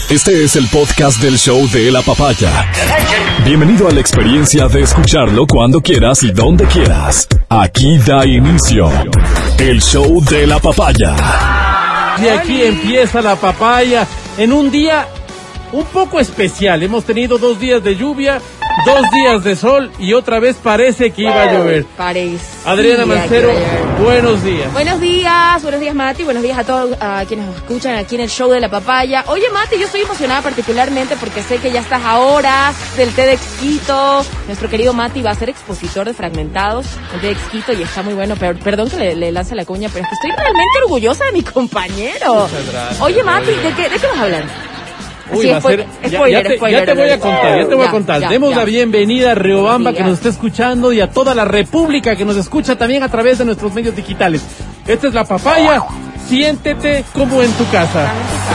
Este es el podcast del show de la papaya. Bienvenido a la experiencia de escucharlo cuando quieras y donde quieras. Aquí da inicio el show de la papaya. Y aquí empieza la papaya en un día un poco especial. Hemos tenido 2 días de lluvia, 2 días de sol y otra vez parece que iba a llover. Adriana Mancero, buenos días. Buenos días Mati, buenos días a todos quienes nos escuchan aquí en el show de la papaya. Oye Mati, yo estoy emocionada particularmente porque sé que ya estás a horas del TEDx Quito. Nuestro querido Mati va a ser expositor de Fragmentados en TEDx Quito y está muy bueno. Perdón que le lance la cuña, pero es que estoy realmente orgullosa de mi compañero. Muchas gracias. Oye Mati, ¿de qué vas a hablar? Uy, sí, va a ser, spoiler. Ya te voy a contar. Demos la bienvenida a Riobamba, que nos está escuchando, y a toda la República que nos escucha también a través de nuestros medios digitales. Esta es la papaya. Siéntete como en tu casa.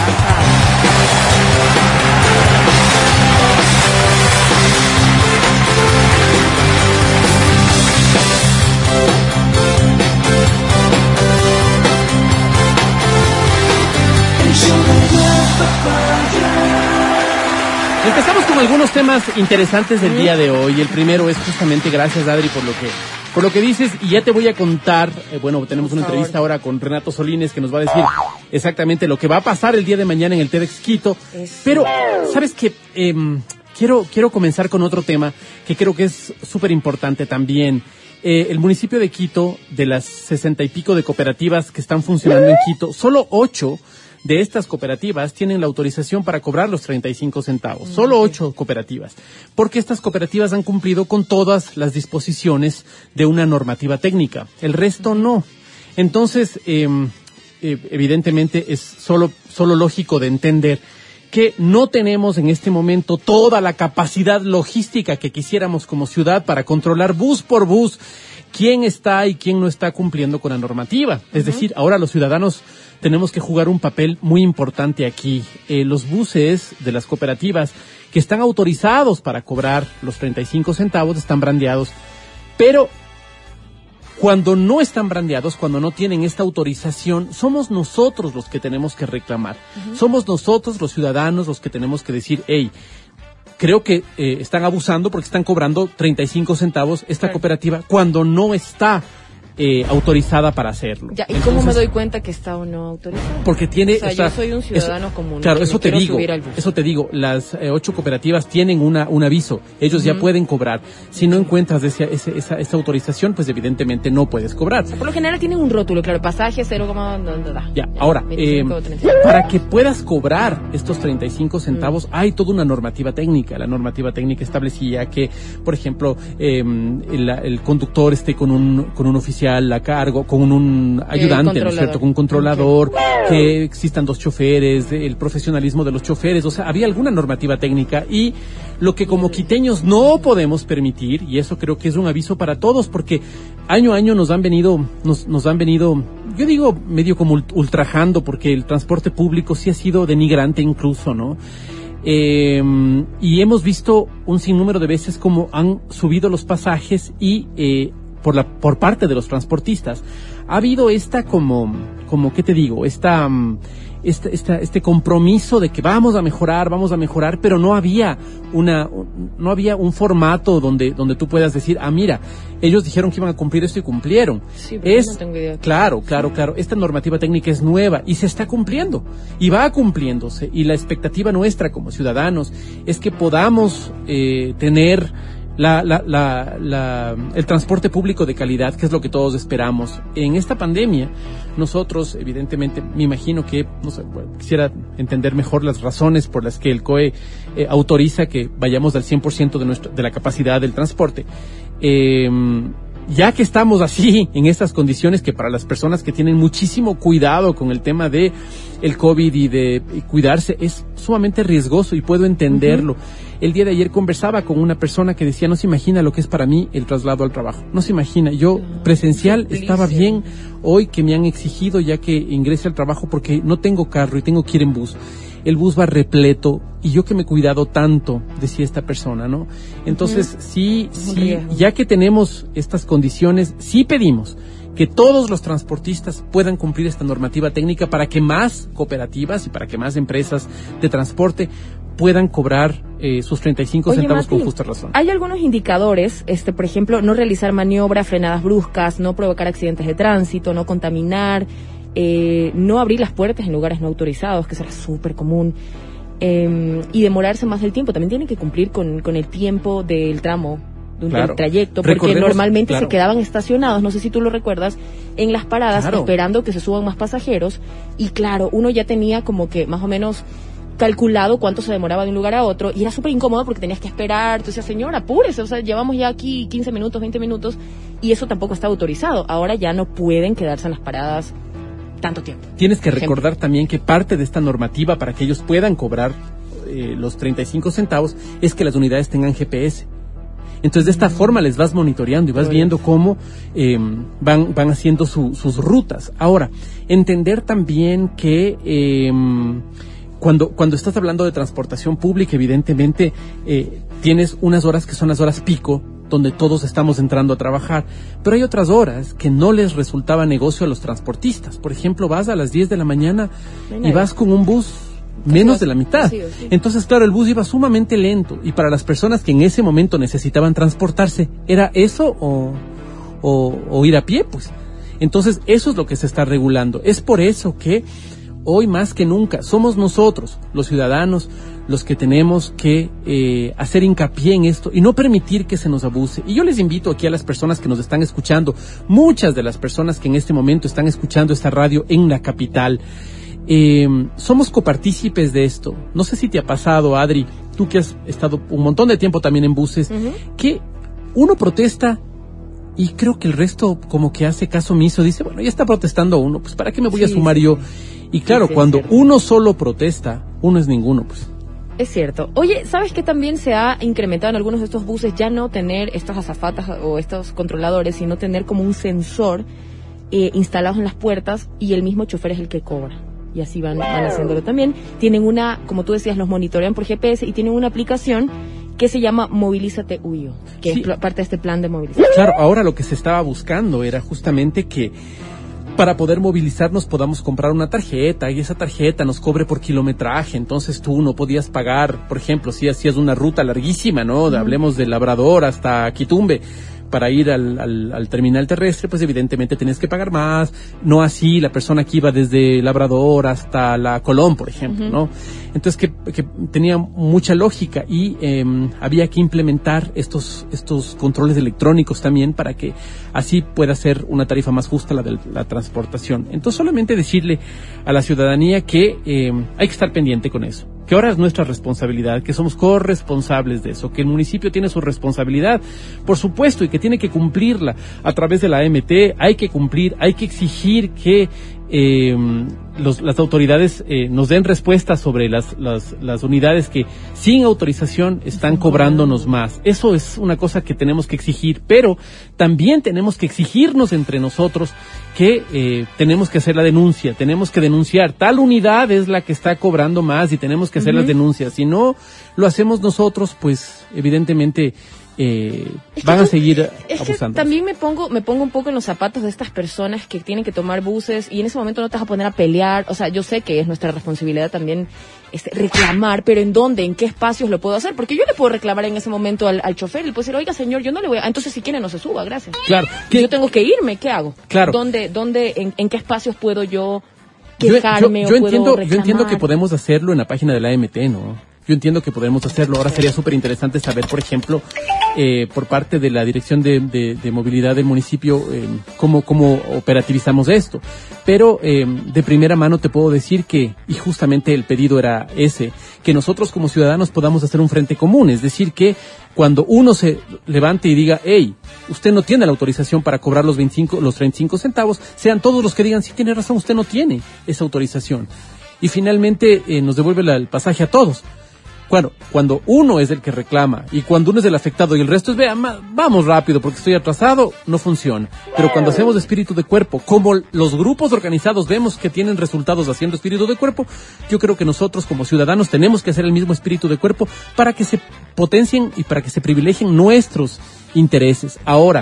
Empezamos con algunos temas interesantes del día de hoy. El primero es justamente, gracias Adri por lo que dices, y ya te voy a contar, tenemos una entrevista ahora con Renato Solines que nos va a decir exactamente lo que va a pasar el día de mañana en el TEDx Quito. Pero, ¿sabes qué? Quiero comenzar con otro tema que creo que es súper importante también. El municipio de Quito, de las 60 y pico de cooperativas que están funcionando en Quito, solo 8 de estas cooperativas tienen la autorización para cobrar los 35 centavos. Solo 8 cooperativas. Porque estas cooperativas han cumplido con todas las disposiciones de una normativa técnica. El resto no. Entonces, evidentemente es solo lógico de entender que no tenemos en este momento toda la capacidad logística que quisiéramos como ciudad para controlar bus por bus quién está y quién no está cumpliendo con la normativa. Es decir, ahora los ciudadanos tenemos que jugar un papel muy importante aquí. Los buses de las cooperativas que están autorizados para cobrar los 35 centavos están brandeados, pero cuando no están brandeados, cuando no tienen esta autorización, somos nosotros los que tenemos que reclamar. Somos nosotros los ciudadanos los que tenemos que decir, hey, creo que están abusando porque están cobrando 35 centavos esta cooperativa cuando no está autorizada para hacerlo. Ya, ¿y cómo me doy cuenta que está o no autorizada? Porque tiene... yo soy un ciudadano común. Claro, eso te digo. Las 8 cooperativas tienen un aviso. Ellos ya pueden cobrar. Si no encuentras esa autorización, pues evidentemente no puedes cobrar. O sea, por lo general tienen un rótulo, claro, pasaje 0, ya, ahora, para que puedas cobrar estos 35 centavos, hay toda una normativa técnica. La normativa técnica establecía que, por ejemplo, el conductor esté con un oficial a cargo, con un ayudante, ¿no es cierto?, con un controlador, que existan 2 choferes, el profesionalismo de los choferes. O sea, había alguna normativa técnica, y lo que como quiteños no podemos permitir, y eso creo que es un aviso para todos, porque año a año nos han venido, yo digo medio como ultrajando, porque el transporte público sí ha sido denigrante incluso, ¿no? Y hemos visto un sinnúmero de veces como han subido los pasajes y por parte de los transportistas ha habido esta como ¿qué te digo? Este compromiso de que vamos a mejorar, pero no había un formato donde tú puedas decir, mira, ellos dijeron que iban a cumplir esto y cumplieron. Sí, pero no tengo idea. Claro. Esta normativa técnica es nueva y se está cumpliendo y va cumpliéndose, y la expectativa nuestra como ciudadanos es que podamos tener el transporte público de calidad, que es lo que todos esperamos. En esta pandemia, nosotros, evidentemente, me imagino que, quisiera entender mejor las razones por las que el COE autoriza que vayamos al 100% de la capacidad del transporte. Ya que estamos así, en estas condiciones, que para las personas que tienen muchísimo cuidado con el tema de el COVID y de cuidarse, es sumamente riesgoso, y puedo entenderlo. El día de ayer conversaba con una persona que decía, no se imagina lo que es para mí el traslado al trabajo. No se imagina. Yo presencial estaba bien, hoy que me han exigido ya que ingrese al trabajo porque no tengo carro y tengo que ir en bus. El bus va repleto, y yo que me he cuidado tanto, decía esta persona, ¿no? Entonces, sí, ya que tenemos estas condiciones, sí pedimos que todos los transportistas puedan cumplir esta normativa técnica para que más cooperativas y para que más empresas de transporte puedan cobrar sus 35 centavos Mati, con justa razón. Hay algunos indicadores, por ejemplo, no realizar maniobras, frenadas bruscas, no provocar accidentes de tránsito, no contaminar, no abrir las puertas en lugares no autorizados, que será súper común, y demorarse más del tiempo. También tienen que cumplir con el tiempo del tramo, del trayecto, porque normalmente se quedaban estacionados, no sé si tú lo recuerdas, en las paradas esperando que se suban más pasajeros, y claro, uno ya tenía como que más o menos calculado cuánto se demoraba de un lugar a otro, y era súper incómodo porque tenías que esperar. Tú decías, señora, apúrese, o sea, llevamos ya aquí 15 minutos, 20 minutos, y eso tampoco está autorizado. Ahora ya no pueden quedarse en las paradas tanto tiempo. Tienes que recordar también que parte de esta normativa para que ellos puedan cobrar los 35 centavos es que las unidades tengan GPS. Entonces, de esta forma les vas monitoreando y vas viendo cómo van haciendo sus rutas. Ahora, entender también que cuando estás hablando de transportación pública, evidentemente tienes unas horas que son las horas pico, donde todos estamos entrando a trabajar, pero hay otras horas que no les resultaba negocio a los transportistas. Por ejemplo, vas a las 10 de la mañana y vas con un bus menos de la mitad. Sí. Entonces, claro, el bus iba sumamente lento, y para las personas que en ese momento necesitaban transportarse, ¿era eso o ir a pie? Pues entonces eso es lo que se está regulando. Es por eso que hoy más que nunca somos nosotros, los ciudadanos, los que tenemos que hacer hincapié en esto y no permitir que se nos abuse. Y yo les invito aquí a las personas que nos están escuchando, muchas de las personas que en este momento están escuchando esta radio en la capital, somos copartícipes de esto. No sé si te ha pasado, Adri, tú que has estado un montón de tiempo también en buses, que uno protesta y creo que el resto como que hace caso omiso, dice, bueno, ya está protestando uno, pues ¿para qué me voy a sumar yo? Y claro, cuando uno solo protesta, uno es ninguno, pues. Es cierto. Oye, ¿sabes qué también se ha incrementado en algunos de estos buses? Ya no tener estas azafatas o estos controladores, sino tener como un sensor instalados en las puertas, y el mismo chofer es el que cobra. Y así van haciéndolo también. Tienen como tú decías, los monitorean por GPS, y tienen una aplicación que se llama Movilízate Huyo, que es parte de este plan de movilización. Claro, ahora lo que se estaba buscando era justamente que para poder movilizarnos podamos comprar una tarjeta, y esa tarjeta nos cobre por kilometraje. Entonces tú no podías pagar, por ejemplo, si hacías una ruta larguísima, ¿no? Hablemos de Labrador hasta Quitumbe, para ir al terminal terrestre, pues evidentemente tenías que pagar más, no así la persona que iba desde Labrador hasta la Colón, por ejemplo, ¿no? Entonces que tenía mucha lógica, y había que implementar estos controles electrónicos también para que así pueda ser una tarifa más justa la de la transportación. Entonces, solamente decirle a la ciudadanía que hay que estar pendiente con eso, que ahora es nuestra responsabilidad, que somos corresponsables de eso, que el municipio tiene su responsabilidad, por supuesto, y que tiene que cumplirla a través de la AMT. Hay que cumplir, hay que exigir que las autoridades nos den respuestas sobre las unidades que sin autorización están cobrándonos más. Eso es una cosa que tenemos que exigir, pero también tenemos que exigirnos entre nosotros que tenemos que hacer la denuncia, tenemos que denunciar, tal unidad es la que está cobrando más, y tenemos que hacer las denuncias. Si no lo hacemos nosotros, pues evidentemente van a seguir abusando. También me pongo un poco en los zapatos de estas personas que tienen que tomar buses, y en ese momento no te vas a poner a pelear. O sea, yo sé que es nuestra responsabilidad también reclamar, pero ¿en dónde? ¿En qué espacios lo puedo hacer? Porque yo le puedo reclamar en ese momento al chofer, le puedo decir, oiga señor, yo no le voy a... Entonces si quiere no se suba, gracias. Claro. Yo tengo que irme, ¿qué hago? Claro. ¿En qué espacios puedo yo quejarme o puedo reclamar? Yo entiendo que podemos hacerlo en la página de la AMT, ¿no? Yo entiendo que podemos hacerlo. Ahora sería súper interesante saber, por ejemplo, por parte de la Dirección de Movilidad del municipio, cómo operativizamos esto. Pero de primera mano te puedo decir que, y justamente el pedido era ese, que nosotros como ciudadanos podamos hacer un frente común. Es decir, que cuando uno se levante y diga, hey, usted no tiene la autorización para cobrar los 35 centavos, sean todos los que digan, sí, tiene razón, usted no tiene esa autorización. Y finalmente nos devuelve el pasaje a todos. Bueno, cuando uno es el que reclama, y cuando uno es el afectado y el resto es, vamos rápido porque estoy atrasado, no funciona. Pero cuando hacemos espíritu de cuerpo, como los grupos organizados vemos que tienen resultados haciendo espíritu de cuerpo, yo creo que nosotros como ciudadanos tenemos que hacer el mismo espíritu de cuerpo para que se potencien y para que se privilegien nuestros intereses. Ahora,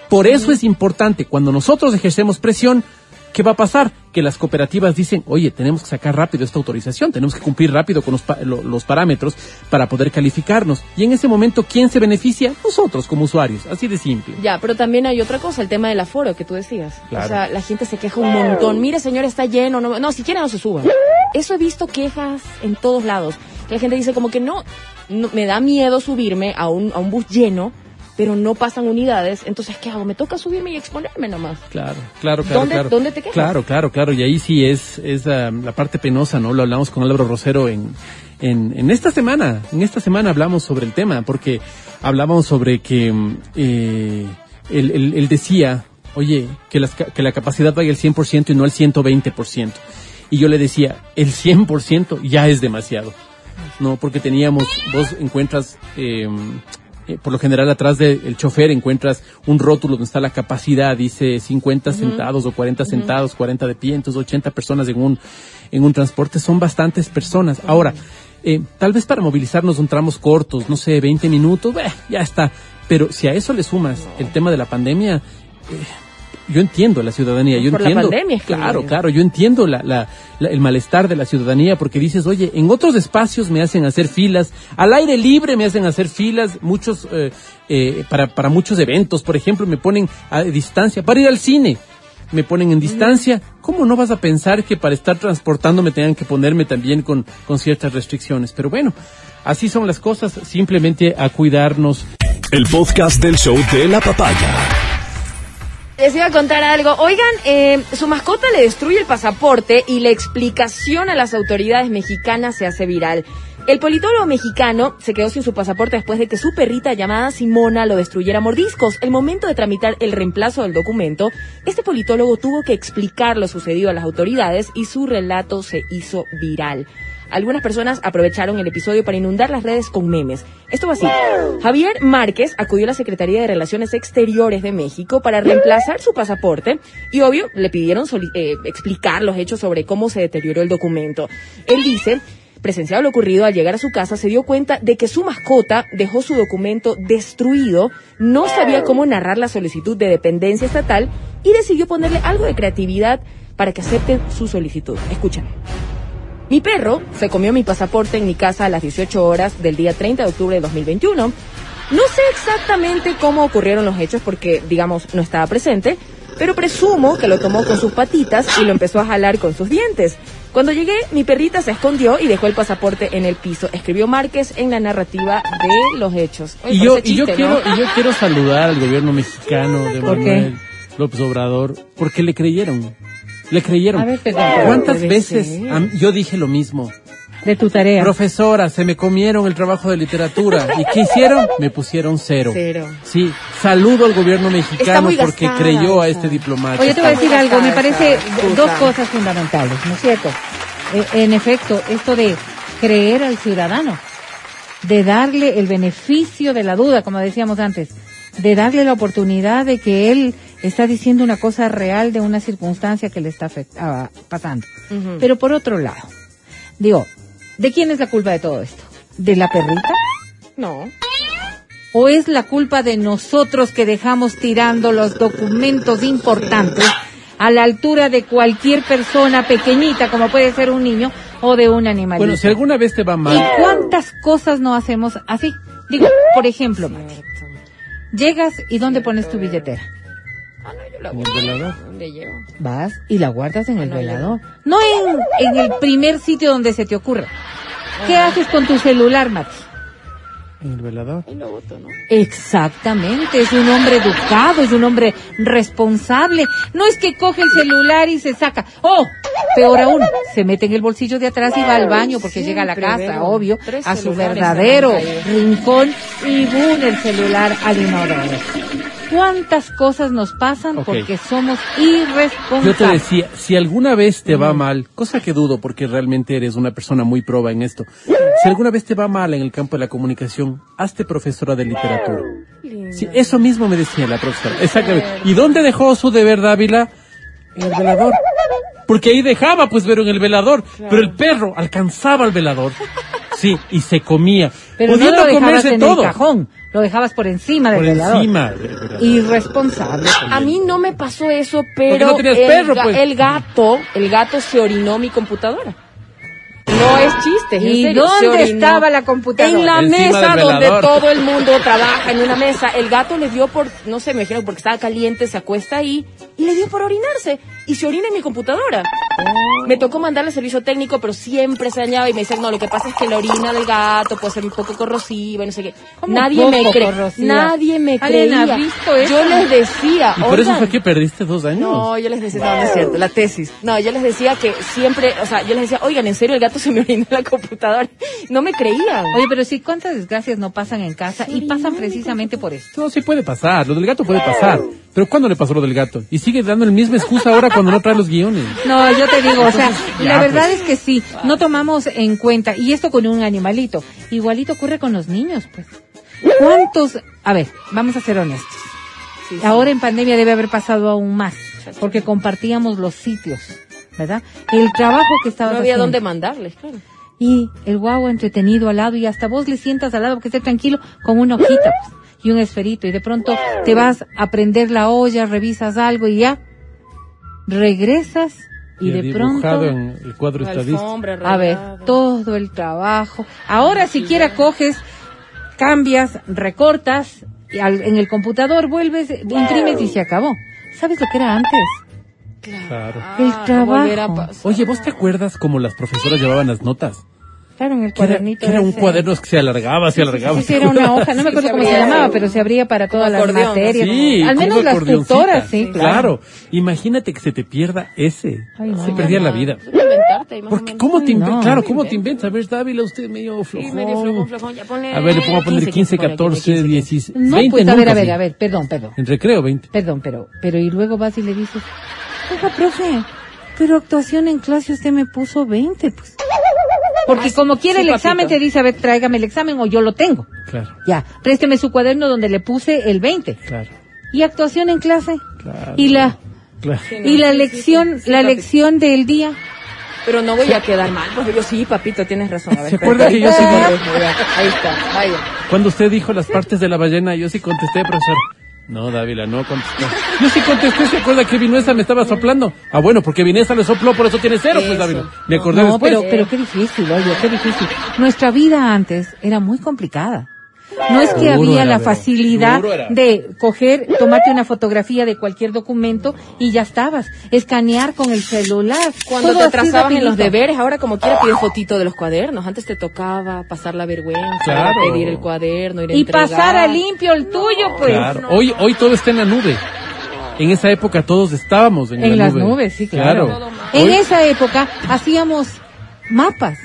Por eso es importante, cuando nosotros ejercemos presión, ¿qué va a pasar? Que las cooperativas dicen, oye, tenemos que sacar rápido esta autorización, tenemos que cumplir rápido con los parámetros para poder calificarnos. Y en ese momento, ¿quién se beneficia? Nosotros como usuarios, así de simple. Ya, pero también hay otra cosa, el tema del aforo que tú decías. Claro. O sea, la gente se queja un montón. Mire, señor, está lleno. No, siquiera no se suba. Eso he visto quejas en todos lados. La gente dice como que no me da miedo subirme a un bus lleno, pero no pasan unidades, entonces, ¿qué hago? Me toca subirme y exponerme nomás. Claro. ¿Dónde te quejas? Claro, y ahí sí es la parte penosa, ¿no? Lo hablamos con Álvaro Rosero en esta semana. En esta semana hablamos sobre el tema, porque hablábamos sobre que él decía, oye, que la capacidad vaya al 100% y no al 120%. Y yo le decía, el 100% ya es demasiado, ¿no? Porque vos encuentras... por lo general atrás del chofer encuentras un rótulo donde está la capacidad, dice 50 sentados o 40 sentados, 40 de pie, entonces 80 personas en un transporte, son bastantes personas. Ahora, tal vez para movilizarnos en tramos cortos, no sé, 20 minutos, ya está. Pero si a eso le sumas el tema de la pandemia, yo entiendo la ciudadanía, yo entiendo. La pandemia, claro, yo entiendo el malestar de la ciudadanía, porque dices, oye, en otros espacios me hacen hacer filas, al aire libre me hacen hacer filas, muchos para muchos eventos, por ejemplo, me ponen a distancia, para ir al cine, me ponen en distancia. ¿Cómo no vas a pensar que para estar transportándome tengan que ponerme también con ciertas restricciones? Pero bueno, así son las cosas, simplemente a cuidarnos. El podcast del show de la papaya. Les iba a contar algo. Oigan, su mascota le destruye el pasaporte y la explicación a las autoridades mexicanas se hace viral. El politólogo mexicano se quedó sin su pasaporte después de que su perrita llamada Simona lo destruyera a mordiscos. El momento de tramitar el reemplazo del documento, este politólogo tuvo que explicar lo sucedido a las autoridades y su relato se hizo viral. Algunas personas aprovecharon el episodio para inundar las redes con memes. Esto va así. Javier Márquez acudió a la Secretaría de Relaciones Exteriores de México para reemplazar su pasaporte y, obvio, le pidieron explicar los hechos sobre cómo se deterioró el documento. Él dice, presenciado lo ocurrido, al llegar a su casa se dio cuenta de que su mascota dejó su documento destruido, no sabía cómo narrar la solicitud de dependencia estatal y decidió ponerle algo de creatividad para que acepten su solicitud. Escuchen. Mi perro se comió mi pasaporte en mi casa a las 18 horas del día 30 de octubre de 2021. No sé exactamente cómo ocurrieron los hechos porque, digamos, no estaba presente, pero presumo que lo tomó con sus patitas y lo empezó a jalar con sus dientes. Cuando llegué, mi perrita se escondió y dejó el pasaporte en el piso, escribió Márquez en la narrativa de los hechos. Oye, yo quiero saludar al gobierno mexicano de Manuel López Obrador porque le creyeron. A ver, ¿cuántas veces yo dije lo mismo? De tu tarea. Profesora, se me comieron el trabajo de literatura. ¿Y qué hicieron? Me pusieron 0. Sí, saludo al gobierno mexicano porque creyó a este diplomático. Oye, te voy a decir algo, me parece dos cosas fundamentales, ¿no es cierto? En efecto, esto de creer al ciudadano, de darle el beneficio de la duda, como decíamos antes, de darle la oportunidad de que él está diciendo una cosa real de una circunstancia que le está pasando. Uh-huh. Pero por otro lado, digo, ¿de quién es la culpa de todo esto? ¿De la perrita? No. ¿O es la culpa de nosotros que dejamos tirando los documentos importantes a la altura de cualquier persona pequeñita, como puede ser un niño o de un animalito? Bueno, si alguna vez te va mal... ¿Y cuántas cosas no hacemos así? Digo, por ejemplo, llegas y ¿dónde pones tu billetera? Yo la guardo. ¿En el velador? ¿Dónde llevo? Vas y la guardas en el velador. No en el primer sitio donde se te ocurra. ¿Qué haces con tu celular, Mati? En el velador. Ahí lo boto, ¿no? Exactamente, es un hombre educado, es un hombre responsable. No es que coge el celular y se saca. ¡Oh! Peor aún, se mete en el bolsillo de atrás y va al baño porque llega a la casa, obvio, a su verdadero rincón y ¡bum! El celular al inodoro. ¿Cuántas cosas nos pasan porque somos irresponsables? Yo te decía, si alguna vez te va mal, cosa que dudo porque realmente eres una persona muy proba en esto, si alguna vez te va mal en el campo de la comunicación, hazte profesora de literatura. Sí, eso mismo me decía la profesora. Exactamente. ¿Y dónde dejó su deber Dávila? En el velador. Porque ahí dejaba, pues, ver en el velador. Claro. Pero el perro alcanzaba el velador. Sí, y se comía. Pero no lo dejabas en todo. el cajón. lo dejabas por encima del Por velador. encima. Irresponsable. A mí no me pasó eso, Porque pero no tenías perro, pues. el gato se orinó mi computadora. No es chiste, es en ¿Y serio, se dónde orinó. estaba la computadora? En la Encima mesa del donde velador. todo el mundo trabaja, en una mesa. El gato le dio por, no sé, me imagino porque estaba caliente, se acuesta ahí y le dio por orinarse. Y se orina en mi computadora. Me tocó mandarle servicio técnico, pero siempre se dañaba y me decían, no, lo que pasa es que la orina del gato puede ser un poco corrosiva y no sé qué. ¿Cómo Nadie me poco creía. corrosiva? Nadie me ¿Alguien creía. ha visto eso? Yo les decía, ¿Y por eso oigan, fue que perdiste 2 años? no, yo les decía, no es cierto, la tesis. No, yo les decía que siempre, o sea, yo les decía, oigan, en serio, el gato se me orinó en la computadora. No me creían. Oye, pero sí, ¿cuántas desgracias no pasan en casa? Y pasan precisamente por esto. No, sí puede pasar. Lo del gato puede pasar. Pero ¿cuándo le pasó lo del gato? Y sigue dando la misma excusa ahora cuando no trae los guiones. No, yo te digo, o sea, ya, la verdad pues. es que sí, no tomamos en cuenta, y esto con un animalito, igualito ocurre con los niños, pues. ¿Cuántos? A ver, vamos a ser honestos. Sí, sí. Ahora en pandemia debe haber pasado aún más, porque compartíamos los sitios, ¿verdad? El trabajo que estabas No había haciendo. dónde mandarles, claro. Y el guagua entretenido al lado, y hasta vos le sientas al lado porque esté tranquilo con una hojita pues, y un esferito, y de pronto te vas a prender la olla, revisas algo y ya regresas y de dibujado pronto en el cuadro La estadístico. alfombra, a ver regada. todo el trabajo. Ahora siquiera coges, cambias, recortas y en el computador vuelves, imprimes y se acabó. ¿Sabes lo que era antes? Claro. El no trabajo. volverá a pasar. Oye, ¿vos te acuerdas cómo las profesoras llevaban las notas? Claro, en el Que era, cuadernito. que era un ese. cuaderno que se alargaba, se alargaba. Sí, era una hoja, no me acuerdo se cómo se abría, llamaba, sí. pero se abría para todas las acordeón, materias. Sí, Al menos como las acordeoncita. tutoras, sí, Claro. Imagínate que se te pierda ese. Ay, no. Se perdía la vida. Hay que inventarte, más o Porque menos. ¿cómo te Ay, no. Claro, ¿cómo te inventas? A ver, Dávila, usted medio Sí, flojón. medio flojón, ya ponle... A ver, le pongo a poner 15, 14, 16, No, 20 pues a nunca, sí. ver, perdón. En recreo, 20. Perdón, pero y luego vas y le dices, oiga, profe, pero actuación en clase usted me puso 20, pues. Porque como quiere sí, el examen, papito. te dice, a ver, tráigame el examen o yo lo tengo. Claro, Ya, présteme su cuaderno donde le puse el 20. claro, ¿Y actuación en clase? claro. ¿Y la Claro. Sí, no, y la sí, lección, sí, la papito. lección del día? Pero no voy a quedar mal, porque yo sí, papito, tienes razón. A ver, ¿Se acuerda que yo sí Ahí está, vaya. Cuando usted dijo las partes de la ballena, yo sí contesté, profesor. No, Dávila, no contestó. Yo sí contesté, ¿se acuerda que Vinuesa me estaba soplando? Ah, bueno, porque Vinuesa le sopló, por eso tiene 0, pues, Eso. Dávila. Me acordé No, después. pero qué difícil, oye, qué difícil. Nuestra vida antes era muy complicada. No es que Duro había era, la Vero. facilidad Duro era. de coger, tomarte una fotografía de cualquier documento y ya estabas. Escanear con el celular. Cuando todo te así atrasabas en los rapidito. deberes, ahora como quiera piden fotito de los cuadernos. Antes te tocaba pasar la vergüenza, Claro. pedir el cuaderno, ir a Y entregar. pasar a limpio el tuyo, pues. Claro. Hoy todo está en la nube. En esa época todos estábamos en la En las nube. nubes, sí, claro. Todo mal. En Hoy- esa época hacíamos mapas.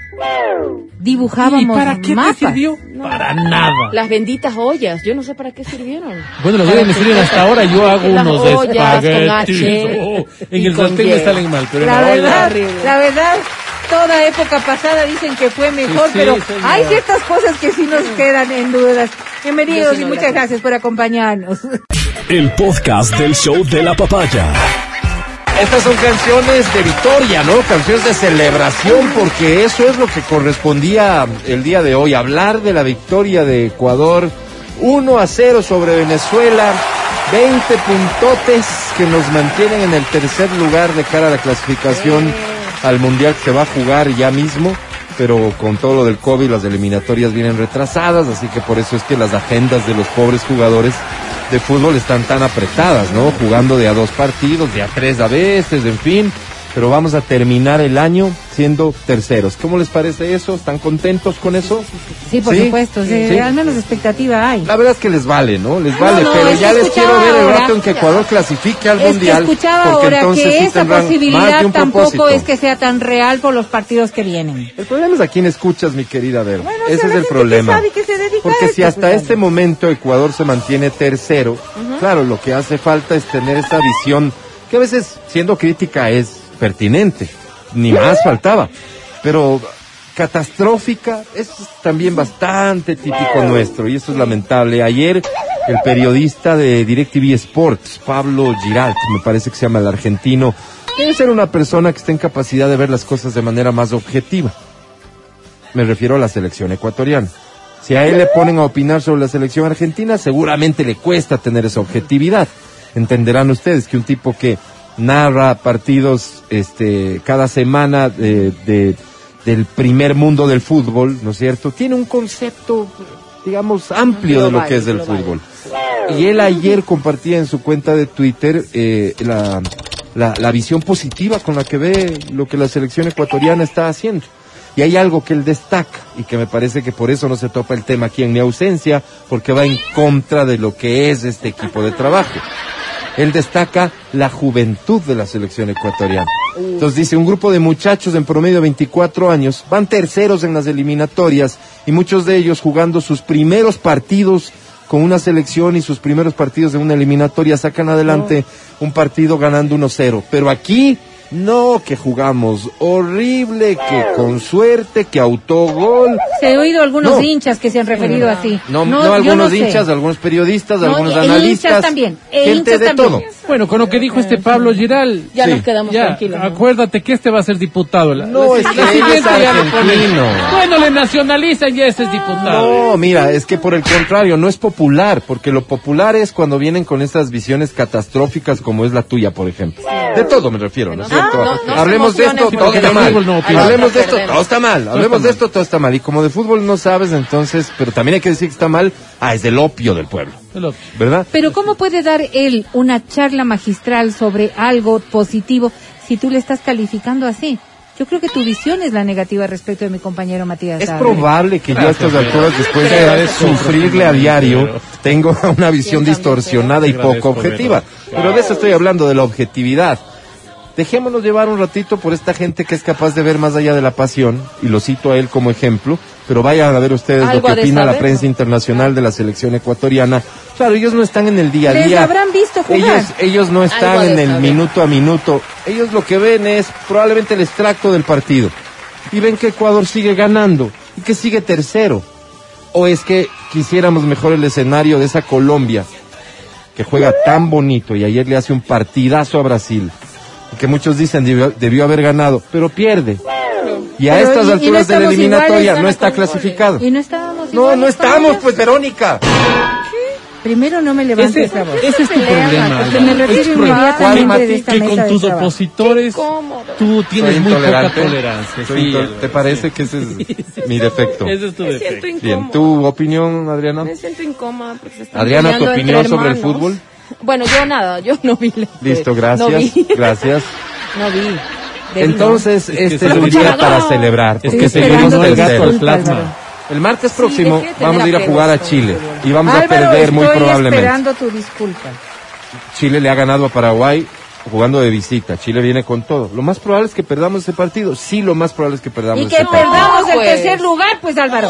¿Y Dibujábamos para qué mapas. te sirvió? Para nada. Las benditas ollas, yo no sé para qué sirvieron. Bueno, las ollas me sirven hasta ahora. Yo hago Las unos ollas con espaguetis. H Oh, en y el con sartén me Y. salen mal, pero en La la olla... verdad, toda época pasada dicen que fue mejor, Sí, pero señor. hay ciertas cosas que sí nos quedan en dudas. Bienvenidos Yo sí y no muchas las- gracias por acompañarnos. El podcast del show de la papaya. Estas son canciones de victoria, ¿no? Canciones de celebración, porque eso es lo que correspondía el día de hoy, hablar de la victoria de Ecuador 1-0 sobre Venezuela, 20 puntotes que nos mantienen en el tercer lugar de cara a la clasificación al Mundial que se va a jugar ya mismo, pero con todo lo del COVID las eliminatorias vienen retrasadas, así que por eso es que las agendas de los pobres jugadores de fútbol están tan apretadas, ¿no? Jugando de a 2 partidos, de a 3 a veces, en fin, pero vamos a terminar el año siendo terceros. ¿Cómo les parece eso? ¿Están contentos con eso? Sí, por ¿Sí? supuesto, sí, Sí. al menos expectativa hay. La verdad es que les vale, ¿no? Les vale, no, pero es ya que les escuchaba quiero ver el ahora- rato en que Ecuador clasifique al Es que Mundial. escuchaba porque ahora entonces que sí esa tendrán más posibilidad de un tampoco propósito. es que sea tan real por los partidos que vienen. El problema es a quién escuchas, mi querida Vero. Bueno, Ese o sea, es la el gente que problema. sabe y que se dedica a Porque esto, si hasta pues, este momento Ecuador se mantiene tercero, claro, lo que hace falta es tener esa visión que a veces, siendo crítica, es pertinente. Ni más faltaba. Pero catastrófica es también bastante típico nuestro y eso es lamentable. Ayer el periodista de DirecTV Sports, Pablo Giralt, me parece que se llama el argentino, debe ser una persona que esté en capacidad de ver las cosas de manera más objetiva. Me refiero a la selección ecuatoriana. Si a él le ponen a opinar sobre la selección argentina, seguramente le cuesta tener esa objetividad. Entenderán ustedes que un tipo que narra partidos cada semana del primer mundo del fútbol, ¿no es cierto? Tiene un concepto, digamos, amplio de lo que es el fútbol. Y él ayer compartía en su cuenta de Twitter la visión positiva con la que ve lo que la selección ecuatoriana está haciendo. Y hay algo que él destaca, y que me parece que por eso no se topa el tema aquí en mi ausencia, porque va en contra de lo que es este equipo de trabajo. Él destaca la juventud de la selección ecuatoriana. Entonces dice, un grupo de muchachos en promedio de 24 años, van terceros en las eliminatorias, y muchos de ellos jugando sus primeros partidos con una selección y sus primeros partidos en una eliminatoria, sacan adelante un partido ganando 1-0. Pero aquí, no, que jugamos horrible, que con suerte, que autogol. Se he oído algunos hinchas que se han referido así. No algunos hinchas, algunos periodistas, algunos analistas. Hinchas también. Gente de todo. Bueno, con lo que dijo Pablo Giral, ya nos quedamos tranquilos. Acuérdate que va a ser diputado. No, es que él es argentino. Bueno, le nacionalizan, ya ese es diputado. No, mira, es que por el contrario, no es popular, porque lo popular es cuando vienen con esas visiones catastróficas como es la tuya, por ejemplo. De todo me refiero, ¿no es cierto? Hablemos de esto, todo está mal. Hablemos de esto, todo está mal. Hablemos de esto, todo está mal. Y como de fútbol no sabes, entonces, pero también hay que decir que está mal, es del opio del pueblo. ¿Verdad? Pero ¿cómo puede dar él una charla magistral sobre algo positivo si tú le estás calificando así? Yo creo que tu visión es la negativa respecto de mi compañero Matías. Es probable que yo a estas alturas, después de sufrirle a diario, tengo una visión distorsionada y poco objetiva. Pero de eso estoy hablando, de la objetividad. Dejémonos llevar un ratito por esta gente que es capaz de ver más allá de la pasión, y lo cito a él como ejemplo, pero vayan a ver ustedes lo que opina la prensa internacional de la selección ecuatoriana. Claro, ellos no están en el día a día. Les habrán visto jugar. Ellos no están en el minuto a minuto. Ellos lo que ven es probablemente el extracto del partido. Y ven que Ecuador sigue ganando y que sigue tercero. O es que quisiéramos mejor el escenario de esa Colombia, que juega tan bonito y ayer le hace un partidazo a Brasil, que muchos dicen debió haber ganado, pero pierde. Y a estas alturas de la eliminatoria no está clasificado. Y no estábamos No estamos, pues, Verónica. Primero no me levantes la voz. Ese es tu problema. Porque me retiro inmediatamente de esta que mesa con tus de trabajo. opositores tú tienes muy poca tolerancia. ¿Te parece que ese es mi defecto? Ese es tu defecto. Bien, ¿tu opinión, Adriana? Me siento incómoda porque se están Adriana, ¿tu peleando opinión entre sobre el hermanos? fútbol? Bueno, yo no vi. Listo, gracias. No vi. Gracias. No vi. Entonces, este es un día para celebrar, porque Estoy seguimos esperando el gato al terceros. plasma. El martes Sí, próximo dejé de tener vamos a ir a apego jugar a con Chile el y vamos a Álvaro, perder muy estoy probablemente. esperando tu disculpa. Chile le ha ganado a Paraguay jugando de visita. Chile viene con todo. Lo más probable es que perdamos ese partido. Sí, lo más probable es que perdamos Y ese que partido. perdamos el pues. tercer lugar, pues Álvaro.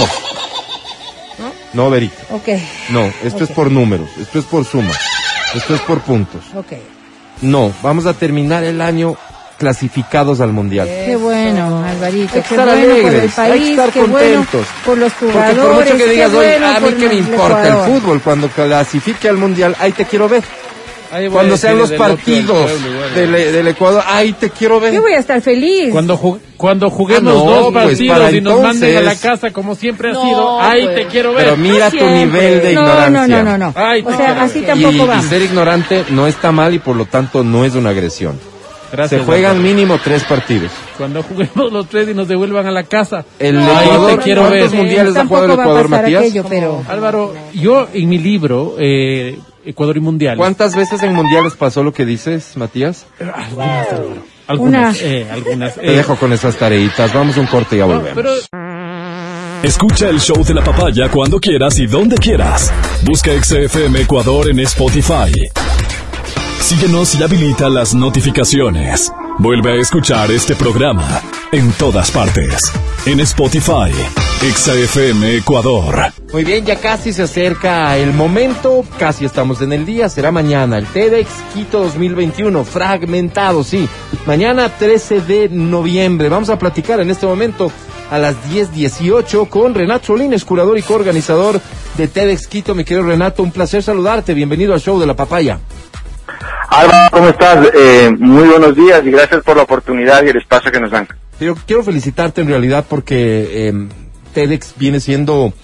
No, Verita. Ok, No, esto es por números, esto es por suma, esto es por puntos. ok. No, vamos a terminar el año clasificados al Mundial. Qué bueno, Alvarito. Hay que Qué estar bueno por el alegres, hay que país, estar qué bueno contentos. por los Porque jugadores. por mucho que digas, qué oye, bueno a mí por que me importa Ecuador. el fútbol, cuando clasifique al Mundial, ahí te quiero ver. Cuando sean los partidos del Ecuador, ahí te quiero ver. Yo voy a estar feliz. Cuando juguemos no, dos pues, partidos para y nos manden a la entonces. casa como siempre ha No, sido, ahí pues. te quiero ver. Pero mira tu siempre. nivel de No. ignorancia. Ay, O te sea, quiero así ver. tampoco Y vamos. ser ignorante no está mal y por lo tanto no es una agresión. Gracias, Se juegan Álvaro. mínimo 3 partidos. Cuando juguemos los 3 y nos devuelvan a la casa. El Ahí Ecuador, te quiero ¿cuántos ver. mundiales ha jugado el Tampoco va a Ecuador, pasar Matías? aquello, pero... Álvaro, yo en mi libro, Ecuador y Mundiales. ¿Cuántas veces en mundiales pasó lo que dices, Matías? Algunas, Álvaro. Algunas. Te dejo con esas tareitas. Vamos a un corte y ya volvemos. Pero Escucha el show de la papaya cuando quieras y donde quieras. Busca XFM Ecuador en Spotify. Síguenos y habilita las notificaciones. Vuelve a escuchar este programa en todas partes. En Spotify, XFM Ecuador. Muy bien, ya casi se acerca el momento, casi estamos en el día, será mañana, el TEDx Quito 2021, fragmentado, sí. Mañana 13 de noviembre, vamos a platicar en este momento a las 10:18 con Renato Solines, curador y coorganizador de TEDx Quito. Mi querido Renato, un placer saludarte, bienvenido al show de la papaya. Álvaro, ¿cómo estás? Muy buenos días y gracias por la oportunidad y el espacio que nos dan. Yo quiero felicitarte en realidad porque TEDx viene siendo